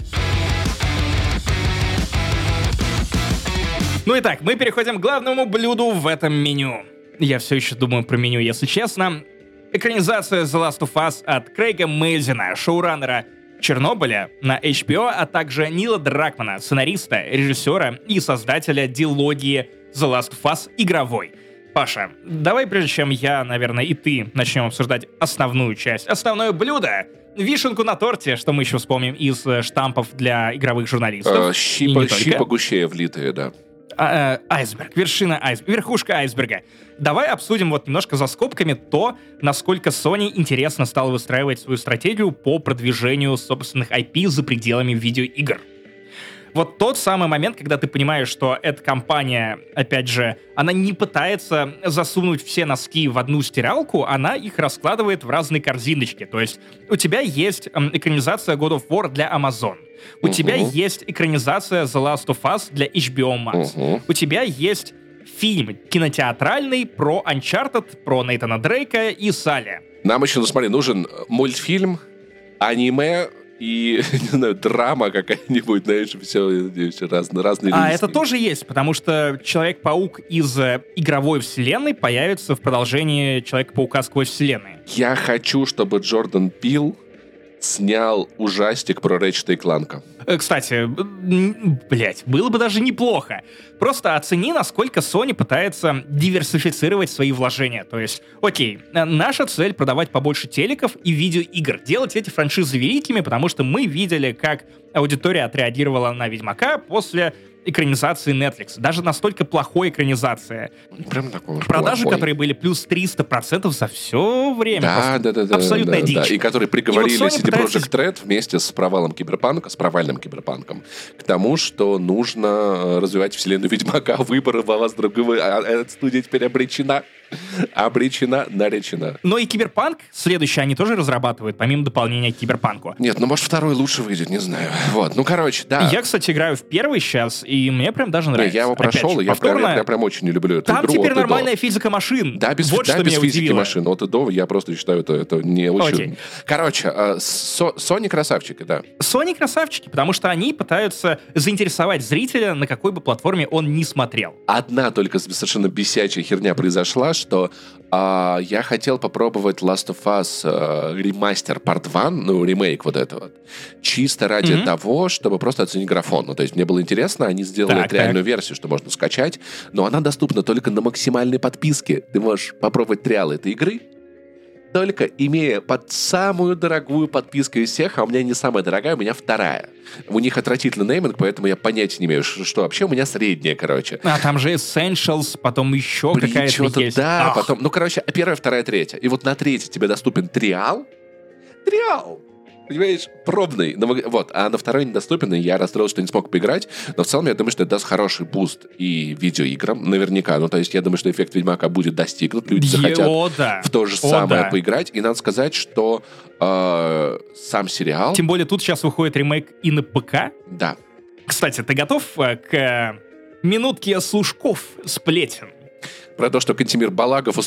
Итак, мы переходим к главному блюду в этом меню. Я все еще думаю про меню, если честно. Экранизация The Last of Us от Крейга Мейзена, шоураннера Чернобыля на HBO, а также Нила Дракмана, сценариста, режиссера и создателя дилогии The Last of Us игровой. Паша, давай, прежде чем я, наверное, и ты начнем обсуждать основную часть, основное блюдо, вишенку на торте, что мы еще вспомним из штампов для игровых журналистов. Щи погущее влитые, да. Айсберг, верхушка айсберга. Давай обсудим немножко за скобками то, насколько Sony интересно стала выстраивать свою стратегию по продвижению собственных IP за пределами видеоигр. Вот тот самый момент, когда ты понимаешь, что эта компания, опять же, она не пытается засунуть все носки в одну стиралку, она их раскладывает в разные корзиночки. То есть у тебя есть экранизация God of War для Amazon. У тебя есть экранизация The Last of Us для HBO Max. У тебя есть фильм кинотеатральный про Uncharted, про Нейтана Дрейка и Салли. Нам еще, смотри, нужен мультфильм, аниме и, не знаю, драма какая-нибудь, знаешь, все разные А это тоже есть, потому что Человек-паук из игровой вселенной появится в продолжении Человека-паука сквозь вселенные. Я хочу, чтобы Джордан Пил снял ужастик про Рэчета и Кланка. Кстати, было бы даже неплохо. Просто оцени, насколько Sony пытается диверсифицировать свои вложения. То есть, окей, наша цель — продавать побольше телеков и видеоигр, делать эти франшизы великими, потому что мы видели, как аудитория отреагировала на Ведьмака после экранизации Netflix. Даже настолько плохой экранизации. Прям такой продажи, плохой. которые были плюс 300% за все время. Да. Абсолютная дичь. Да. И которые приговорили и вот CD пытается... Projekt Red вместе с провальным Киберпанком к тому, что нужно развивать вселенную Ведьмака. Выборы во вас другого. Эта студия теперь обречена, наречена. Но и Киберпанк следующий они тоже разрабатывают, помимо дополнения к Киберпанку. Нет, может, второй лучше выйдет, не знаю. Вот, короче, да. Я, кстати, играю в первый сейчас, и мне прям даже нравится. Я его прошел, и я прям очень не люблю эту там игру. Там теперь нормальная физика машин. Да, без физики машин. От и до, я просто считаю, это не очень... Окей. Короче, Sony красавчики, да. Sony красавчики, потому что они пытаются заинтересовать зрителя, на какой бы платформе он ни смотрел. Одна только совершенно бесячая херня произошла, что я хотел попробовать Last of Us ремастер Part 1, ремейк вот этого, чисто ради того, чтобы просто оценить графон. То есть мне было интересно, они сделали реальную версию, что можно скачать, но она доступна только на максимальной подписке. Ты можешь попробовать триал этой игры, только имея под самую дорогую подписку из всех, а у меня не самая дорогая, у меня вторая. У них отвратительный нейминг, поэтому я понятия не имею, что вообще у меня средняя, короче. А там же Essentials, потом еще какая-то есть. Да, потом, первая, вторая, третья. И вот на третьей тебе доступен триал. Понимаешь, пробный. А на второй недоступен, и я расстроился, что не смог поиграть. Но в целом я думаю, что это даст хороший буст и видеоиграм, наверняка. То есть я думаю, что эффект Ведьмака будет достигнут. Люди захотят в то же самое поиграть. И надо сказать, что сам сериал... Тем более тут сейчас выходит ремейк и на ПК. Да. Кстати, ты готов к минутке слушков сплетен? Про то, что Кантемир Балагов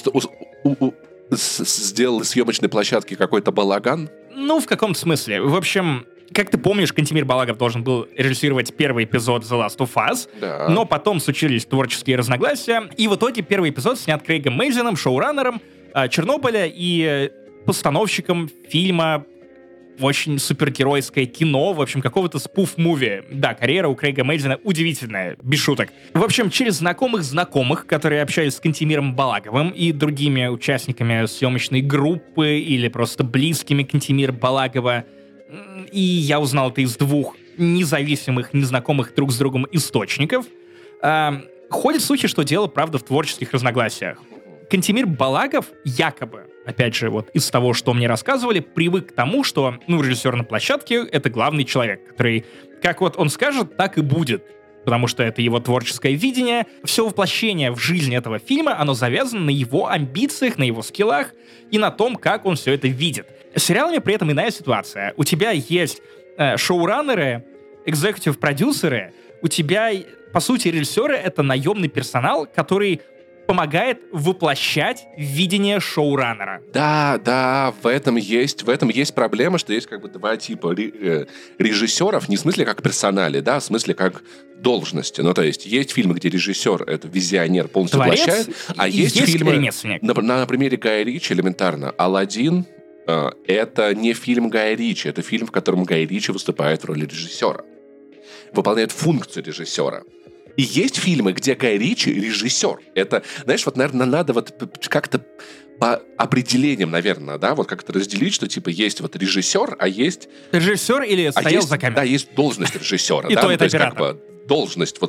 сделал из съемочной площадки какой-то балаган? В каком-то смысле. В общем, как ты помнишь, Кантемир Балагов должен был режиссировать первый эпизод The Last of Us, но потом случились творческие разногласия, и в итоге первый эпизод снят Крейгом Мейзином, шоураннером Чернобыля и постановщиком фильма очень супергеройское кино, в общем, какого-то спуф-муви. Да, карьера у Крейга Мейзина удивительная, без шуток. В общем, через знакомых, которые общались с Кантемиром Балаговым и другими участниками съемочной группы или просто близкими Кантемира Балагова, и я узнал это из двух независимых, незнакомых друг с другом источников, ходят слухи, что дело, правда, в творческих разногласиях. Кантемир Балагов якобы, опять же, вот из того, что мне рассказывали, привык к тому, что, режиссер на площадке — это главный человек, который, как вот он скажет, так и будет. Потому что это его творческое видение. Все воплощение в жизнь этого фильма, оно завязано на его амбициях, на его скиллах и на том, как он все это видит. С сериалами при этом иная ситуация. У тебя есть шоураннеры, экзекутив-продюсеры, у тебя, по сути, режиссеры — это наемный персонал, который помогает воплощать видение шоураннера. Да, в этом есть проблема, что есть как бы два типа режиссеров, не в смысле как персонали, да, в смысле как должности. То есть фильмы, где режиссер — это визионер, полностью воплощает, а есть фильмы, на примере Гая Ричи элементарно, «Аладдин» — это не фильм Гая Ричи, это фильм, в котором Гай Ричи выступает в роли режиссера, выполняет функцию режиссера. И есть фильмы, где Гай Ричи режиссер. Это, знаешь, наверное, надо как-то по определениям, наверное, да, как-то разделить, что, есть режиссер, а есть... Режиссер или стоял за камерой? Да, есть должность режиссера. И то это оператор. должность,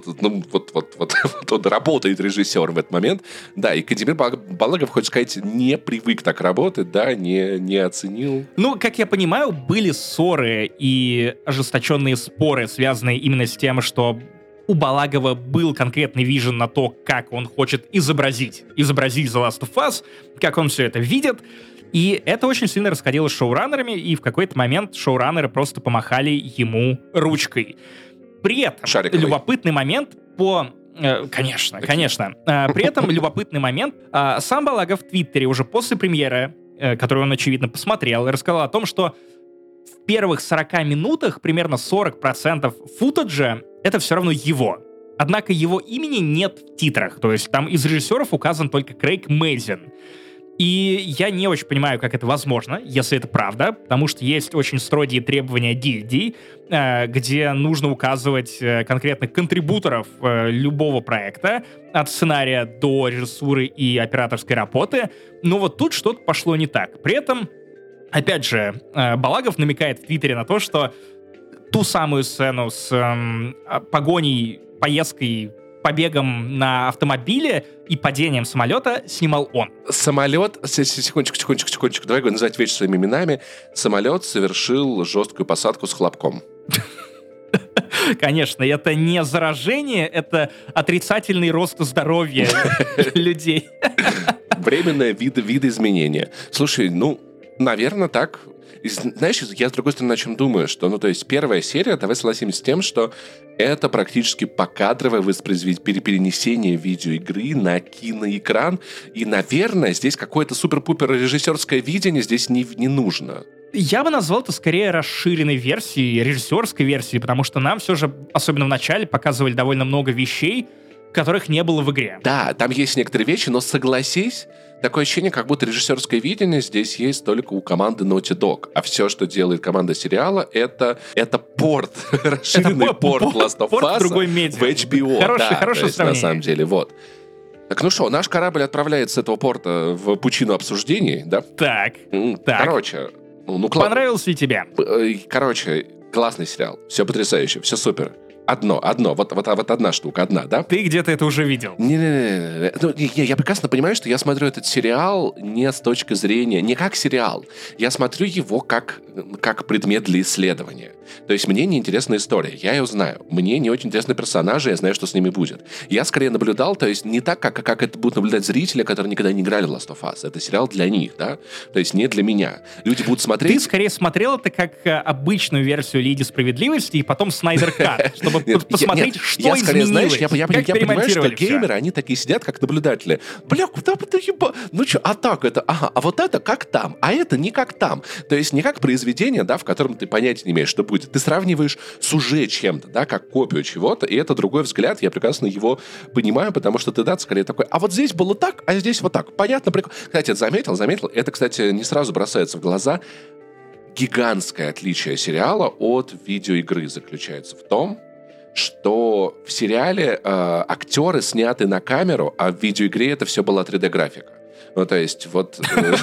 вот работает режиссер в этот момент. Да, и Кантемир Балагов, хочешь сказать, не привык так работать, да, не оценил. Ну, как я понимаю, были ссоры и ожесточенные споры, связанные именно с тем, что у Балагова был конкретный вижен на то, как он хочет изобразить The Last of Us, как он все это видит. И это очень сильно расходилось с шоураннерами, и в какой-то момент шоураннеры просто помахали ему ручкой. При этом Шариковой. любопытный момент Конечно. При этом любопытный момент. Сам Балагов в Твиттере уже после премьеры, которую он, очевидно, посмотрел, рассказал о том, что в первых 40 минутах примерно 40% футажа — это все равно его. Однако его имени нет в титрах. То есть там из режиссеров указан только Крейг Мэйзин. И я не очень понимаю, как это возможно, если это правда, потому что есть очень строгие требования гильдии, где нужно указывать конкретных контрибуторов любого проекта, от сценария до режиссуры и операторской работы. Но вот тут что-то пошло не так. При этом, опять же, Балагов намекает в Твиттере на то, что ту самую сцену с погоней, поездкой, побегом на автомобиле и падением самолета снимал он. Самолет, секундочку, давай называть вещи своими именами. Самолет совершил жесткую посадку с хлопком. Конечно, это не заражение, это отрицательный рост здоровья людей. Временное видоизменение. Слушай, наверное, так. И, знаешь, я с другой стороны о чем думаю, что, то есть первая серия, давай согласимся с тем, что это практически покадровое перенесение видеоигры на киноэкран, и, наверное, здесь какое-то супер-пупер режиссерское видение здесь не нужно. Я бы назвал это скорее расширенной версией, режиссерской версией, потому что нам все же, особенно в начале, показывали довольно много вещей, которых не было в игре. Да, там есть некоторые вещи, но согласись, такое ощущение, как будто режиссерское видение здесь есть только у команды Naughty Dog. А все, что делает команда сериала, это порт, расширенный порт Last of Us в HBO. Хорошее сравнение. На самом деле, вот. Так, ну что, наш корабль отправляется с этого порта в пучину обсуждений, да? Так. Короче, понравился ли тебе? Короче, классный сериал, все потрясающе, все супер. Одно, вот одна штука, да? Ты где-то это уже видел. Не, я прекрасно понимаю, что я смотрю этот сериал не с точки зрения, не как сериал. Я смотрю его как предмет для исследования. То есть мне неинтересна история, я ее знаю. Мне не очень интересны персонажи, я знаю, что с ними будет. Я скорее наблюдал, то есть не так, как это будут наблюдать зрители, которые никогда не играли в Last of Us. Это сериал для них, да? То есть не для меня. Люди будут смотреть... Ты скорее смотрел это как обычную версию Лиги Справедливости и потом Снайдер Кат, чтобы посмотреть, что изменилось. Я скорее, знаешь, я понимаю, что геймеры, они такие сидят, как наблюдатели. Бля, куда бы ты еба... Ну что, а так это... Ага, а вот это как там, а это не как там. То есть не как произведение, да, в котором ты понятия не имеешь, что будет. Ты сравниваешь с уже чем-то, да, как копию чего-то, и это другой взгляд, я прекрасно его понимаю, потому что ты, да, скорее такой, а вот здесь было так, а здесь вот так. Понятно, прикольно. Кстати, заметил, это, кстати, не сразу бросается в глаза. Гигантское отличие сериала от видеоигры заключается в том, что в сериале актеры сняты на камеру, а в видеоигре это все была 3D-графика. Ну, то есть, вот...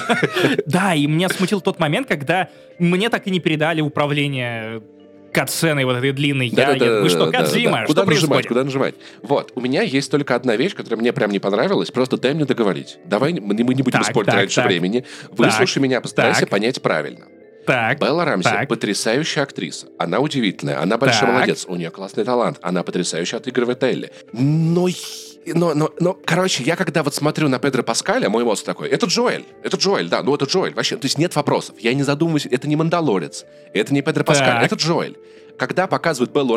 Да, и меня смутил тот момент, когда мне так и не передали управление катсценой вот этой длинной. Вы что, Кодзима? Что происходит? Куда нажимать? Вот, у меня есть только одна вещь, которая мне прям не понравилась. Просто дай мне договорить. Давай мы не будем спорить раньше времени. Выслушай меня, постарайся понять правильно. Белла Рамси потрясающая актриса. Она удивительная, она большой молодец, у нее классный талант, она потрясающе отыгрывает Элли. Но, короче, я когда вот смотрю на Педро Паскаля, мой мозг такой, это Джоэль, да, это Джоэль, вообще, то есть нет вопросов, я не задумываюсь, это не Мандалорец, это не Педро Паскаль, это Джоэль. Когда показывают Беллу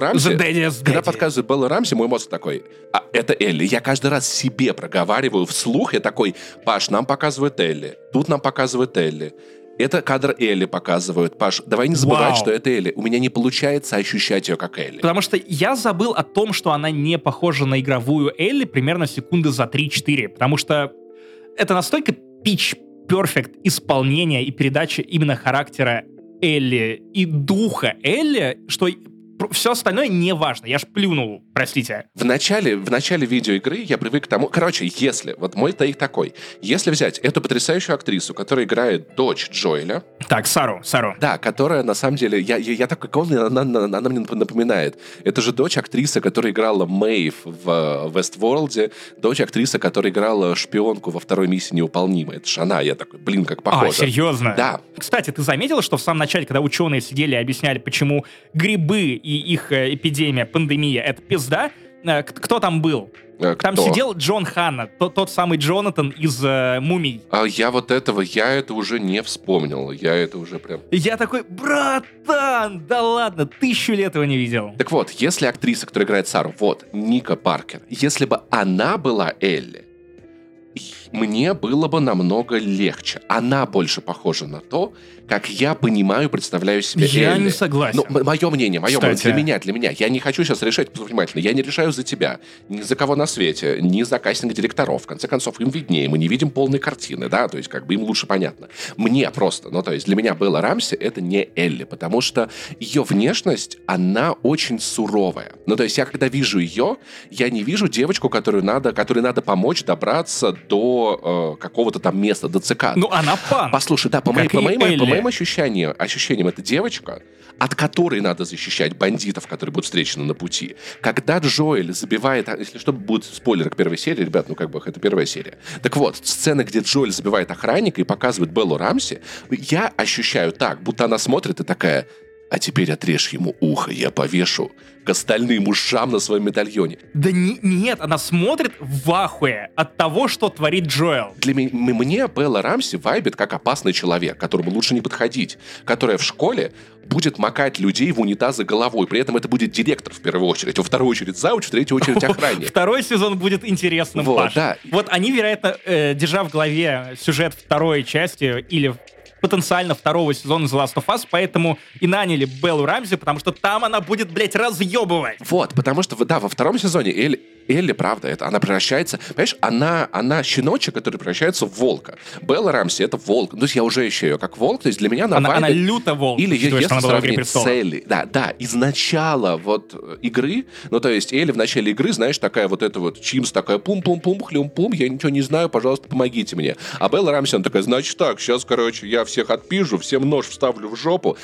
Рамси, мой мозг такой, а это Элли. Я каждый раз себе проговариваю вслух, я такой, Паш, нам показывают Элли, тут нам показывают Элли. Это кадр Элли показывают. Паш, давай не забывать, что это Элли. У меня не получается ощущать ее как Элли. Потому что я забыл о том, что она не похожа на игровую Элли примерно секунды за 3-4. Потому что это настолько pitch-perfect исполнение и передача именно характера Элли и духа Элли, что Все остальное не важно. Я ж плюнул, простите. В начале видеоигры я привык к тому... Короче, если... Вот мой тейк такой. Если взять эту потрясающую актрису, которая играет дочь Джоэля... Так, Сару. Да, которая, на самом деле... Я такой... Она мне напоминает. Это же дочь актрисы, которая играла Мэйв в Вестворлде, дочь актрисы, которая играла шпионку во второй миссии «Невыполнимая». Это же она. Я такой, блин, как похоже. Серьезно? Да. Кстати, ты заметил, что в самом начале, когда ученые сидели и объясняли, почему грибы и их эпидемия, пандемия — это пизда, кто там был? Там сидел Джон Ханна, тот самый Джонатан из «Мумий». Я это уже не вспомнил. Я это уже прям... Я такой, братан, да ладно, 1000 лет его не видел. Так вот, если актриса, которая играет Сару, Ника Паркер, если бы она была Элли, мне было бы намного легче. Она больше похожа на то, как я понимаю, представляю себе Элли. Я не согласен. Мое мнение, для меня. Я не хочу сейчас решать внимательно. Я не решаю за тебя. Ни за кого на свете. Ни за кастинг-директоров. В конце концов, им виднее. Мы не видим полной картины, да? То есть, им лучше понятно. Мне просто, для меня Белла Рамси — это не Элли, потому что ее внешность, она очень суровая. То есть, я когда вижу ее, я не вижу девочку, которой надо помочь добраться до какого-то там места, до ЦК. Она панк. Послушай, да, по моим ощущениям, это девочка, от которой надо защищать бандитов, которые будут встречены на пути. Когда Джоэль забивает... Если что, будет спойлер к первой серии, ребят, это первая серия. Так вот, сцена, где Джоэль забивает охранника и показывает Беллу Рамси, я ощущаю так, будто она смотрит и такая... А теперь отрежь ему ухо, я повешу к остальным ушам на своем медальоне. Да нет, она смотрит в ахуе от того, что творит Джоэл. Мне Белла Рамси вайбит как опасный человек, которому лучше не подходить, которая в школе будет макать людей в унитазы головой. При этом это будет директор в первую очередь, во вторую очередь зауч, в третью очередь охранник. Второй сезон будет интересным, Паш. Да. Они, вероятно, держа в голове сюжет второй части или потенциально второго сезона The Last of Us, поэтому и наняли Беллу Рамзи, потому что там она будет, разъебывать. Потому что, во втором сезоне Элли, правда, она превращается... Понимаешь, она щеночек, который превращается в волка. Белла Рамси — это волк. То есть я уже ищу ее как волк. То есть для меня она люто волк. Или если сравнить с Элли. Да, из начала игры, то есть Элли в начале игры, знаешь, такая Чимс такая пум-пум-пум, хлюм-пум, я ничего не знаю, пожалуйста, помогите мне. А Белла Рамси, она такая, значит так, сейчас, я всех отпижу, всем нож вставлю в жопу.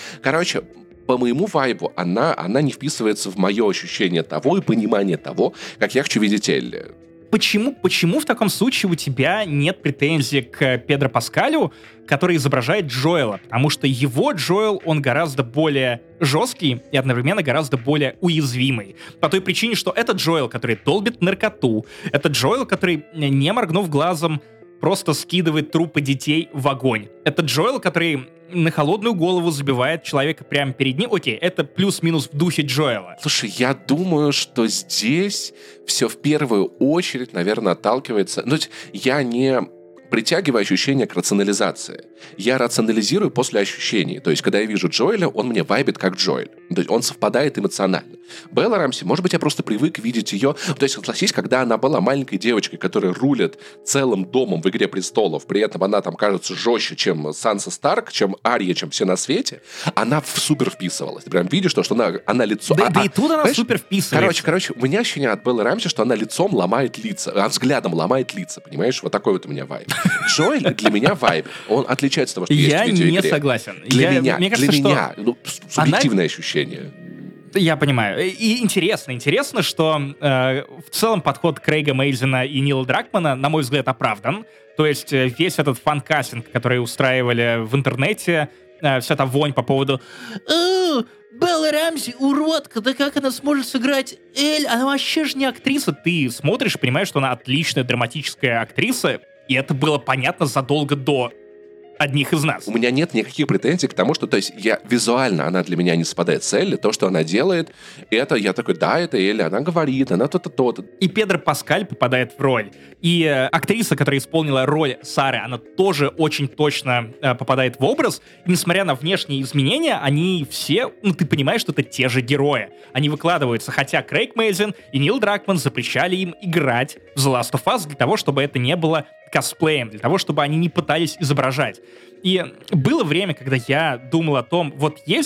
По моему вайбу, она не вписывается в мое ощущение того и понимание того, как я хочу видеть Элли. Почему в таком случае у тебя нет претензий к Педро Паскалю, который изображает Джоэла? Потому что его Джоэл, он гораздо более жесткий и одновременно гораздо более уязвимый. По той причине, что это Джоэл, который долбит наркоту, это Джоэл, который, не моргнув глазом, просто скидывает трупы детей в огонь. Это Джоэл, который на холодную голову забивает человека прямо перед ним. Окей, это плюс-минус в духе Джоэла. Слушай, я думаю, что здесь все в первую очередь, наверное, отталкивается... я не притягиваю ощущение к рационализации. Я рационализирую после ощущений. То есть, когда я вижу Джоэля, он мне вайбит как Джоэль. То есть, он совпадает эмоционально. Белла Рамси, может быть, я просто привык видеть ее... То есть, согласись, когда она была маленькой девочкой, которая рулит целым домом в «Игре престолов», при этом она там кажется жестче, чем Санса Старк, чем Ария, чем все на свете, она супер вписывалась. Ты прям видишь, что она лицо... Да и тут она супер вписывается. Короче, у меня ощущение от Беллы Рамси, что она лицом ломает лица, взглядом ломает лица, понимаешь? Вот такой у меня вайб. Джоэль для меня вайб. Он отличается от того, что есть в видеоигре. Я не согласен. Для меня субъективное ощущение. Я понимаю. И интересно, что в целом подход Крейга Мейзена и Нила Дракмана, на мой взгляд, оправдан. То есть весь этот фан-кастинг, который устраивали в интернете, вся эта вонь по поводу Белла Рамси, уродка, да как она сможет сыграть Эль? Она вообще же не актриса. Ты смотришь, понимаешь, что она отличная драматическая актриса, и это было понятно задолго до одних из нас. У меня нет никаких претензий к тому, что, то есть, визуально она для меня не совпадает с Элли, то, что она делает, это, я такой, да, это Элли, она говорит, она то-то, то-то. И Педро Паскаль попадает в роль. И актриса, которая исполнила роль Сары, она тоже очень точно попадает в образ. И несмотря на внешние изменения, они все, ты понимаешь, что это те же герои. Они выкладываются, хотя Крейг Мейзен и Нил Дракман запрещали им играть в The Last of Us для того, чтобы это не было косплеем, для того, чтобы они не пытались изображать. И было время, когда я думал о том, вот есть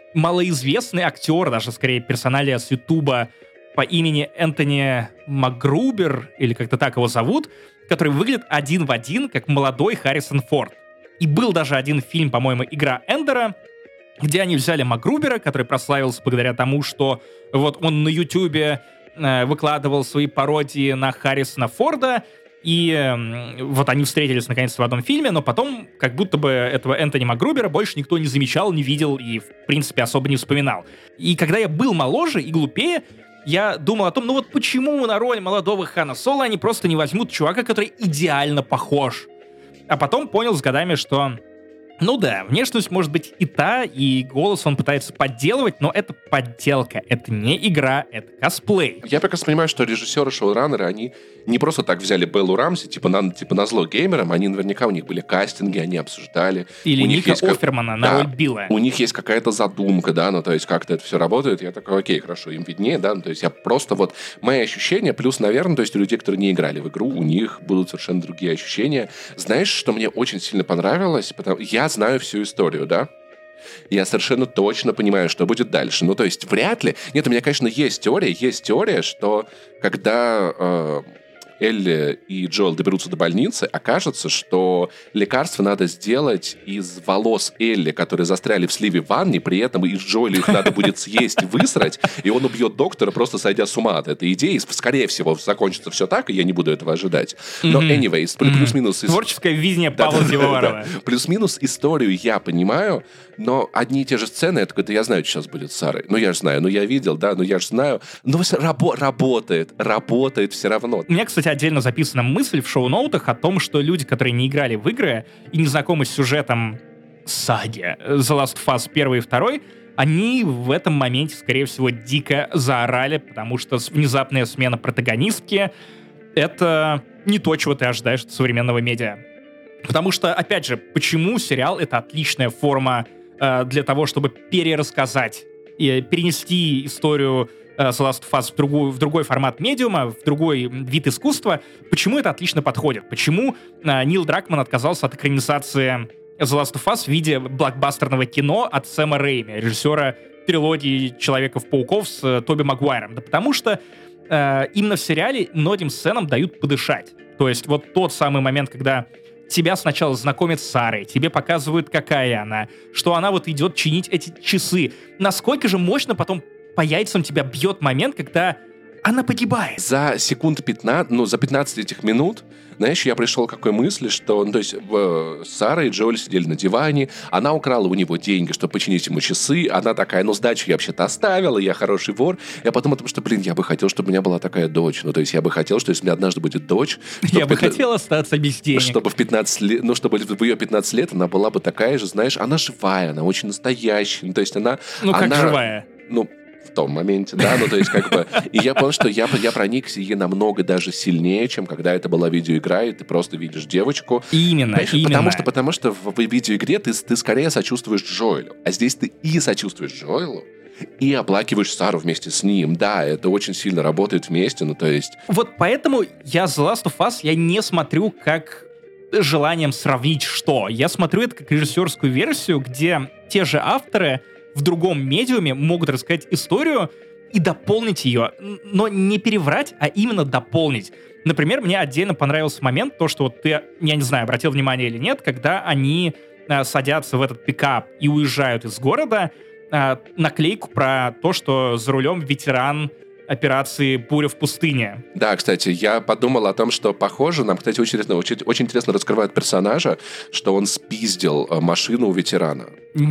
малоизвестный актер, даже скорее персоналия с Ютуба по имени Энтони Макгрубер, или как-то так его зовут, который выглядит один в один, как молодой Харрисон Форд. И был даже один фильм, по-моему, «Игра Эндера», где они взяли Макгрубера, который прославился благодаря тому, что вот он на Ютубе выкладывал свои пародии на Харрисона Форда, и вот они встретились наконец-то в одном фильме, но потом как будто бы этого Энтони Макгрубера больше никто не замечал, не видел и, в принципе, особо не вспоминал. И когда я был моложе и глупее, я думал о том, ну вот почему на роль молодого Хана Соло они просто не возьмут чувака, который идеально похож. А потом понял с годами, что... Ну да, внешность может быть и та, и голос он пытается подделывать, но это подделка, это не игра, это косплей. Я прекрасно понимаю, что режиссеры, шоураннеры, они не просто так взяли Беллу Рамси, типа назло геймерам, они наверняка, у них были кастинги, они обсуждали. Или Ника Оффермана на роль Билла. У них есть какая-то задумка, да, ну то есть как-то это все работает, я такой, окей, хорошо, им виднее, да, ну то есть я просто вот, мои ощущения, плюс, наверное, то есть у людей, которые не играли в игру, у них будут совершенно другие ощущения. Знаешь, что мне очень сильно понравилось? Я знаю всю историю, да? Я совершенно точно понимаю, что будет дальше. Ну, то есть, вряд ли... Нет, у меня, конечно, есть теория, что когда Элли и Джоэл доберутся до больницы, окажется, что лекарство надо сделать из волос Элли, которые застряли в сливе в ванне, при этом из Джоэля их надо будет съесть, высрать, и он убьет доктора, просто сойдя с ума от этой идеи. Скорее всего, закончится все так, и я не буду этого ожидать. Но, anyways, плюс-минус... Творческое видение Павла Пивоварова. Плюс-минус историю я понимаю, но одни и те же сцены, это я знаю, что сейчас будет с Сарой. Ну, я же знаю, я видел, да, я же знаю. Но работает все равно. У меня, кстати, отдельно записана мысль в шоу-ноутах о том, что люди, которые не играли в игры и не знакомы с сюжетом саги The Last of Us 1 и 2, они в этом моменте, скорее всего, дико заорали, потому что внезапная смена протагонистки — это не то, чего ты ожидаешь от современного медиа. Потому что, опять же, почему сериал — это отличная форма для того, чтобы перерассказать и перенести историю The Last of Us в другой формат медиума, в другой вид искусства. Почему это отлично подходит? Почему Нил Дракман отказался от экранизации The Last of Us в виде блокбастерного кино от Сэма Рэйми, режиссера трилогии Человеков-пауков с Тоби Магуайром? Да потому что именно в сериале многим сценам дают подышать. То есть вот тот самый момент, когда тебя сначала знакомят с Сарой, тебе показывают, какая она, что она вот идет чинить эти часы. Насколько же мощно потом по яйцам тебя бьет момент, когда она погибает. За секунд 15, за 15 этих минут, знаешь, я пришел к какой мысли, что, то есть, Сара и Джоэль сидели на диване, она украла у него деньги, чтобы починить ему часы, она такая, сдачу я вообще-то оставила, я хороший вор. Я потом о том, что, я бы хотел, чтобы у меня была такая дочь. То есть, я бы хотел, что если у меня однажды будет дочь... Я бы хотел остаться без денег. Чтобы в 15 лет, чтобы в ее 15 лет она была бы такая же, знаешь, она живая, она очень настоящая. То есть, она... как живая? В том моменте, да, то есть и я понял, что я проникся ей намного даже сильнее, чем когда это была видеоигра, и ты просто видишь девочку. Именно. Потому что в видеоигре ты скорее сочувствуешь Джоэлю, а здесь ты и сочувствуешь Джоэлу, и оплакиваешь Сару вместе с ним. Да, это очень сильно работает вместе, то есть... Вот поэтому я The Last of Us я не смотрю как желанием сравнить что. Я смотрю это как режиссерскую версию, где те же авторы в другом медиуме могут рассказать историю и дополнить ее, но не переврать, а именно дополнить. Например, мне отдельно понравился момент, то, что вот ты, я не знаю, обратил внимание или нет, когда они садятся в этот пикап и уезжают из города, наклейку про то, что за рулем ветеран операции «Буря в пустыне». Да, кстати, я подумал о том, что похоже, нам, кстати, очень интересно раскрывают персонажа, что он спиздил машину у ветерана.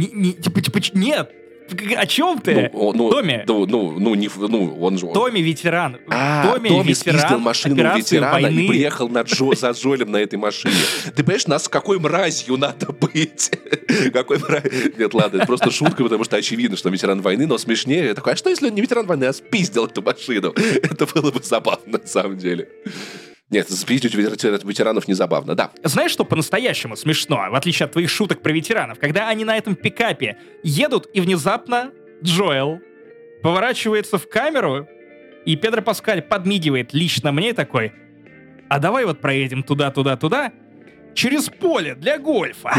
Нет! О чем ты? Томми. Он же... Томми ветеран. Томми спиздил машину ветерана и приехал за Джоэлем на этой машине. Ты понимаешь, с какой мразью надо быть? Какой мразью? Нет, ладно, это просто шутка, потому что очевидно, что ветеран войны, но смешнее. Я такой, а что, если он не ветеран войны, а спиздил эту машину? Это было бы забавно, на самом деле. Нет, спиздить ветеранов не забавно, да. Знаешь, что по-настоящему смешно, в отличие от твоих шуток про ветеранов? Когда они на этом пикапе едут, и внезапно Джоэл поворачивается в камеру, и Педро Паскаль подмигивает лично мне такой, а давай вот проедем туда, через поле для гольфа.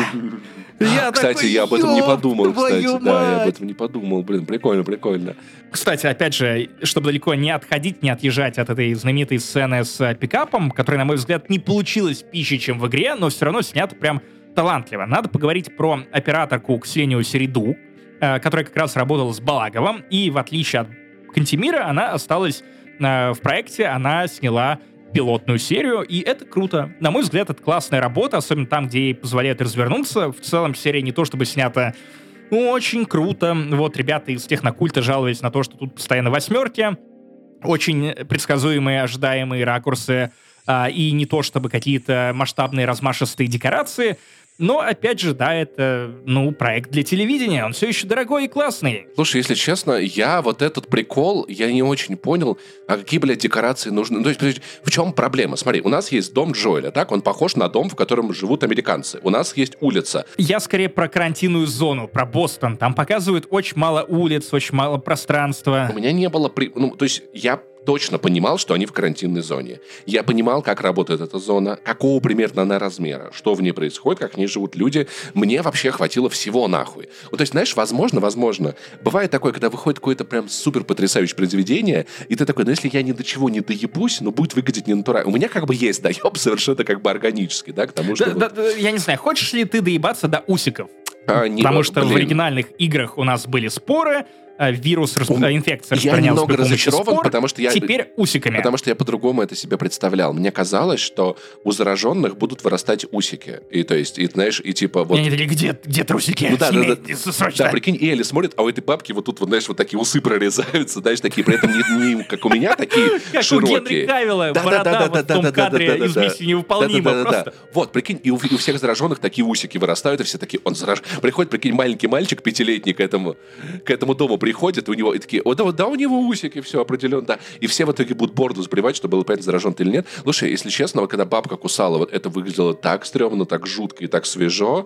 Кстати, я об этом не подумал, я об этом не подумал. Блин, прикольно. Кстати, опять же, чтобы далеко не отходить, не отъезжать от этой знаменитой сцены с пикапом, которая, на мой взгляд, не получилась пищей, чем в игре, но все равно снята прям талантливо. Надо поговорить про операторку Ксению Середу, которая как раз работала с Балаговым, и в отличие от Кантемира, она осталась в проекте, она сняла пилотную серию, и это круто. На мой взгляд, это классная работа, особенно там, где ей позволяет развернуться. В целом, серия не то чтобы снята очень круто. Вот ребята из Технокульта жаловались на то, что тут постоянно восьмерки, очень предсказуемые, ожидаемые ракурсы, и не то чтобы какие-то масштабные размашистые декорации. Но, опять же, да, это, проект для телевидения. Он все еще дорогой и классный. Слушай, если честно, я вот этот прикол, я не очень понял, а какие, блядь, декорации нужны. То есть, в чем проблема? Смотри, у нас есть дом Джоэля, так? Он похож на дом, в котором живут американцы. У нас есть улица. Я скорее про карантинную зону, про Бостон. Там показывают очень мало улиц, очень мало пространства. У меня не было... то есть, я точно понимал, что они в карантинной зоне. Я понимал, как работает эта зона, какого примерно она размера, что в ней происходит, как в ней живут люди. Мне вообще хватило всего нахуй. То есть, знаешь, возможно, бывает такое, когда выходит какое-то прям супер потрясающее произведение, и ты такой, если я ни до чего не доебусь, будет выглядеть не натурально. У меня как бы есть доеб совершенно как бы органически, да, к тому, что... Я не знаю, хочешь ли ты доебаться до усиков? Потому что в оригинальных играх у нас были споры, вирус инфекции распространялся. Я немного разочарован, потому что я... Теперь усиками. Потому что я по-другому это себе представлял. Мне казалось, что у зараженных будут вырастать усики. И то есть, знаешь, и типа вот... Они такие, где трусики? Да. Срочно. Да, прикинь, Элли смотрит, а у этой бабки вот тут, вот, знаешь, вот такие усы прорезаются, знаешь, такие, при этом не как у меня, такие широкие. Как у Генри Кавилла, борода в том кадре из «Миссии невыполнима». Просто... Вот, прикинь, и у всех зараженных такие усики вырастают, и все такие, он заражен. Приходит, прикинь, маленький мальчик, 5-летний к этому дому приходит, у него и такие, да, у него усики, все определенно, да. И все в итоге будут бороду сбривать, чтобы было понятно, заражен ты или нет. Слушай, если честно, вот когда бабка кусала, вот это выглядело так стрёмно, так жутко и так свежо.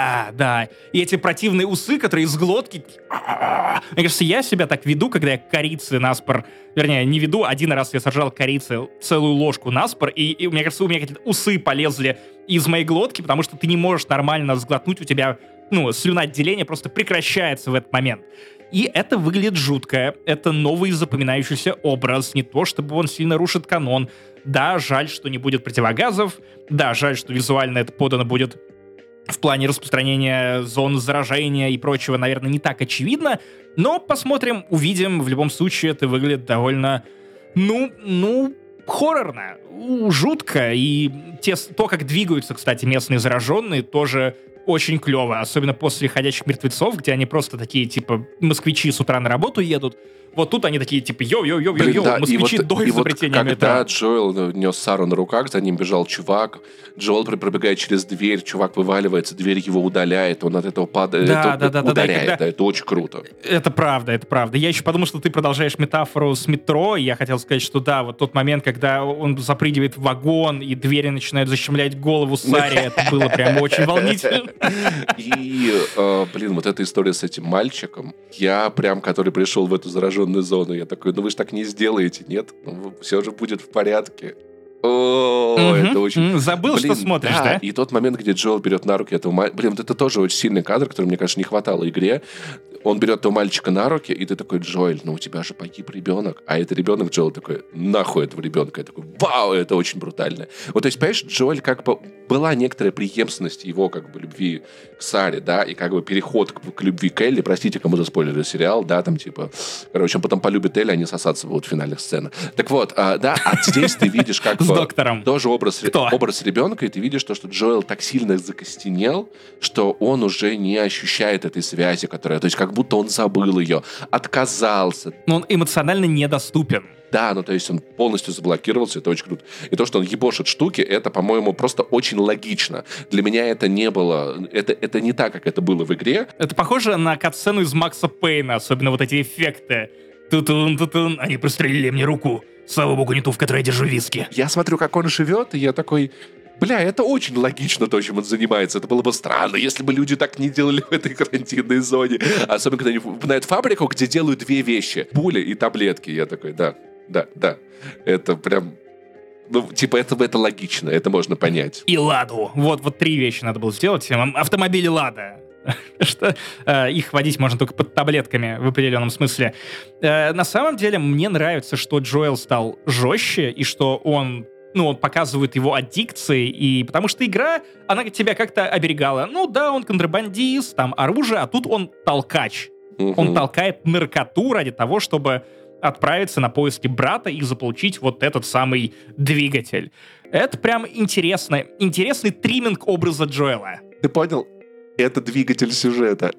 Да. И эти противные усы, которые из глотки... Мне кажется, я себя так веду, когда я корицы наспор... Вернее, не веду, один раз я сажал корицы целую ложку наспор, и мне кажется, у меня какие-то усы полезли из моей глотки, потому что ты не можешь нормально сглотнуть, у тебя, слюноотделение просто прекращается в этот момент. И это выглядит жутко. Это новый запоминающийся образ. Не то, чтобы он сильно рушит канон. Да, жаль, что не будет противогазов. Да, жаль, что визуально это подано будет в плане распространения зон заражения и прочего, наверное, не так очевидно. Но посмотрим, увидим. В любом случае, это выглядит довольно, хоррорно, жутко. И то, как двигаются, кстати, местные зараженные, тоже... очень клево, особенно после «Ходячих мертвецов», где они просто такие, типа, москвичи с утра на работу едут. Вот тут они такие, типа, йоу, москвичи до изобретения метро. Когда Джоэл нес Сару на руках, за ним бежал чувак, Джоэл пробегает через дверь, чувак вываливается, дверь его удаляет, он от этого падает, ударяет. Это очень круто. Это правда. Я еще подумал, что ты продолжаешь метафору с метро, и я хотел сказать, что да, вот тот момент, когда он запрыгивает в вагон, и двери начинают защемлять голову Саре, это было прям очень волнительно. И, вот эта история с этим мальчиком, я прям, который пришел в эту зараженную зону, я такой, вы же так не сделаете, нет? Все же будет в порядке. Это очень... Забыл, что смотришь, да? И тот момент, где Джоэл берет на руки этого мальчика... вот это тоже очень сильный кадр, который, мне кажется, не хватало игре. Он берет этого мальчика на руки, и ты такой, Джоэль, у тебя же погиб ребенок. А это ребенок, Джоэл такой, нахуй этого ребенка. Я такой, вау, это очень брутально. Вот, то есть, понимаешь, Джоэль как бы... Была некоторая преемственность его, как бы, любви к Саре, да, и как бы переход к любви к Элли. Простите, кому заспойлерили сериал, да, там, типа... Короче, он потом полюбит Элли, они сосаться будут в финальных сценах. Так вот, да, а здесь ты видишь, как... С доктором. Тоже образ ребенка, и ты видишь то, что Джоэл так сильно закостенел, что он уже не ощущает этой связи, которая... То есть как будто он забыл ее, отказался. Но он эмоционально недоступен. Да, то есть он полностью заблокировался, это очень круто. И то, что он ебошит штуки, это, по-моему, просто очень логично. Для меня это не было... Это не так, как это было в игре. Это похоже на катсцену из Макса Пейна, особенно вот эти эффекты. Тутун, они прострелили мне руку. Слава богу, не ту, в которой я держу виски. Я смотрю, как он живет, и я такой... это очень логично, то, чем он занимается. Это было бы странно, если бы люди так не делали в этой карантинной зоне. Особенно, когда они упоминают фабрику, где делают две вещи. Пули и таблетки. Я такой, да. Это прям... Ну, типа, это логично, это можно понять. И Ладу. Вот 3 вещи надо было сделать. Автомобили Лада. Что их водить можно только под таблетками в определенном смысле. На самом деле, мне нравится, что Джоэл стал жестче, и что он показывает его аддикции, и потому что игра, она тебя как-то оберегала. Ну да, он контрабандист, там оружие, а тут он толкач. Он толкает наркоту ради того, чтобы отправиться на поиски брата и заполучить вот этот самый двигатель. Это прям интересный тримминг образа Джоэла. Ты понял? Это двигатель сюжета.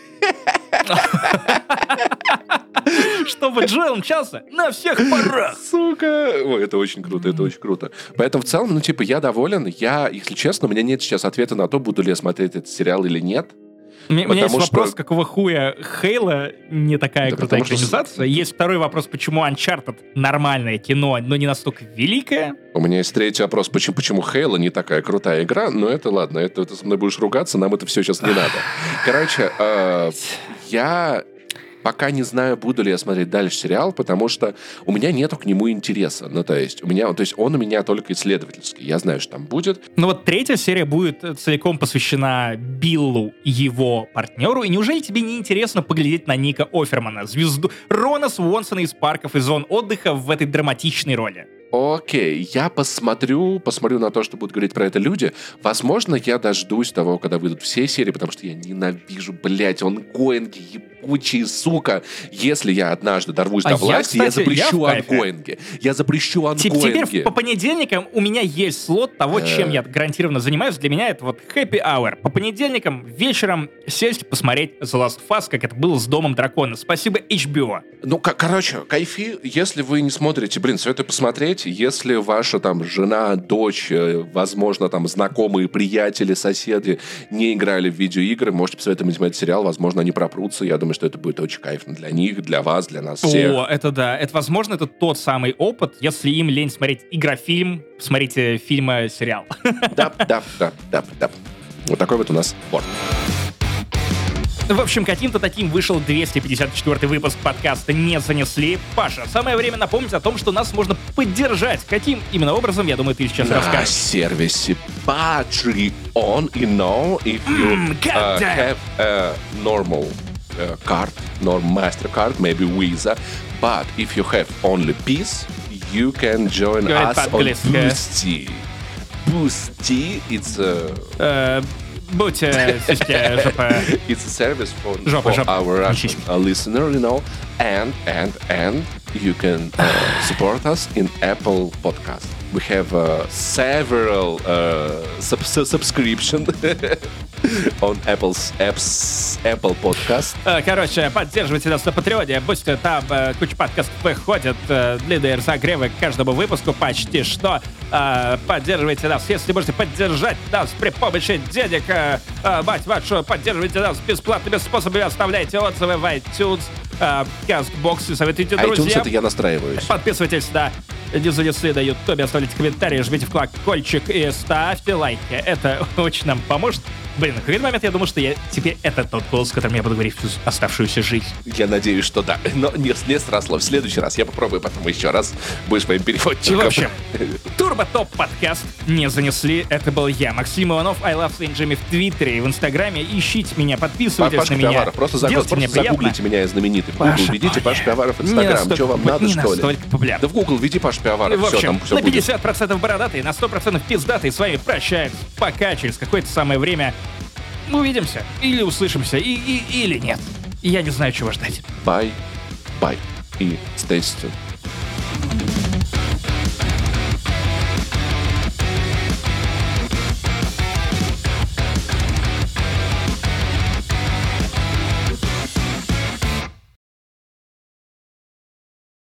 Чтобы Джоэл мчался на всех парах. Сука! Ой, это очень круто, это очень круто. Поэтому в целом, я доволен. Если честно, у меня нет сейчас ответа на то, буду ли я смотреть этот сериал или нет. У меня есть вопрос, какого хуя Хейла не такая крутая экранизация. Есть второй вопрос, почему Uncharted нормальное кино, но не настолько великое. У меня есть третий вопрос, почему Хейла не такая крутая игра, но это ладно, это ты со мной будешь ругаться, нам это все сейчас не надо. Короче, я пока не знаю, буду ли я смотреть дальше сериал, потому что у меня нету к нему интереса. Он у меня только исследовательский. Я знаю, что там будет. Ну вот 3-я серия будет целиком посвящена Биллу, его партнеру. И неужели тебе не интересно поглядеть на Ника Оффермана, звезду Рона Свонсона из парков и зон отдыха в этой драматичной роли? Окей, я посмотрю на то, что будут говорить про это люди. Возможно, я дождусь того, когда выйдут все серии, потому что я ненавижу, онгоинги, ебучие, сука. Если я однажды дорвусь до власти, я запрещу онгоинги. Я запрещу онгоинги. Теперь по понедельникам у меня есть слот того, чем я гарантированно занимаюсь. Для меня это вот happy hour. По понедельникам вечером сесть посмотреть The Last of Us, как это было с Домом Дракона. Спасибо HBO. Ну, короче, кайфи. Если вы не смотрите, советую посмотреть. Если ваша там жена, дочь, возможно, там знакомые, приятели, соседи не играли в видеоигры, можете посоветовать им этот сериал. Возможно, они пропрутся. Я думаю, что это будет очень кайфно для них, для вас, для нас всех. О, это да. Возможно, это тот самый опыт. Если им лень смотреть игрофильм, смотрите фильм-сериал. Да. Вот такой вот у нас борт. В общем, каким-то таким вышел 254-й выпуск подкаста «Не занесли». Паша, самое время напомнить о том, что нас можно поддержать. Каким именно образом, я думаю, ты сейчас расскажешь. На сервисе Patreon, if you have a normal card, normal MasterCard, maybe Visa, but if you have only Peace, you can join us on Boosty. Boosty, it's Будьте, жопа. It's a service for our Russian listener, and you can support us in Apple Podcast. We have several subscriptions on Apple Podcast. Короче, поддерживайте нас на Патреоне. Пусть там куча подкастов выходит, длинные разогревы к каждому выпуску почти что. Поддерживайте нас, если можете поддержать нас при помощи денег. Мать вашу, поддерживайте нас бесплатными способами. Оставляйте отзывы в iTunes, CastBox, советуйте друзьям. iTunes — это я настраиваюсь. Подписывайтесь на «Не занесли» на YouTube, оставляйте комментарии, жмите в колокольчик и ставьте лайки. Это очень нам поможет. В какой-то момент я думал, что теперь это тот голос, с которым я буду говорить всю оставшуюся жизнь. Я надеюсь, что да. Но не сросло. В следующий раз я попробую потом еще раз. Будешь моим переводчиком. В общем, Турбо-топ подкаст «Не занесли». Это был я, Максим Иванов, I Love Saint Jimmy в Твиттере и в Инстаграме. Ищите меня, подписывайтесь Пашка на меня. Пивоваров. Просто загуглите меня, я знаменитый. В Google введите Паша Пивоваров в Инстаграм. Что вам надо, что ли? Да в Google введи Паша Пивоваров. В общем, все, там все на будет. 50% бородатый, на 100% пиздатый. С вами прощаюсь. Пока, через какое-то самое время увидимся. Или услышимся, или нет. Я не знаю, чего ждать. Bye и stay tuned.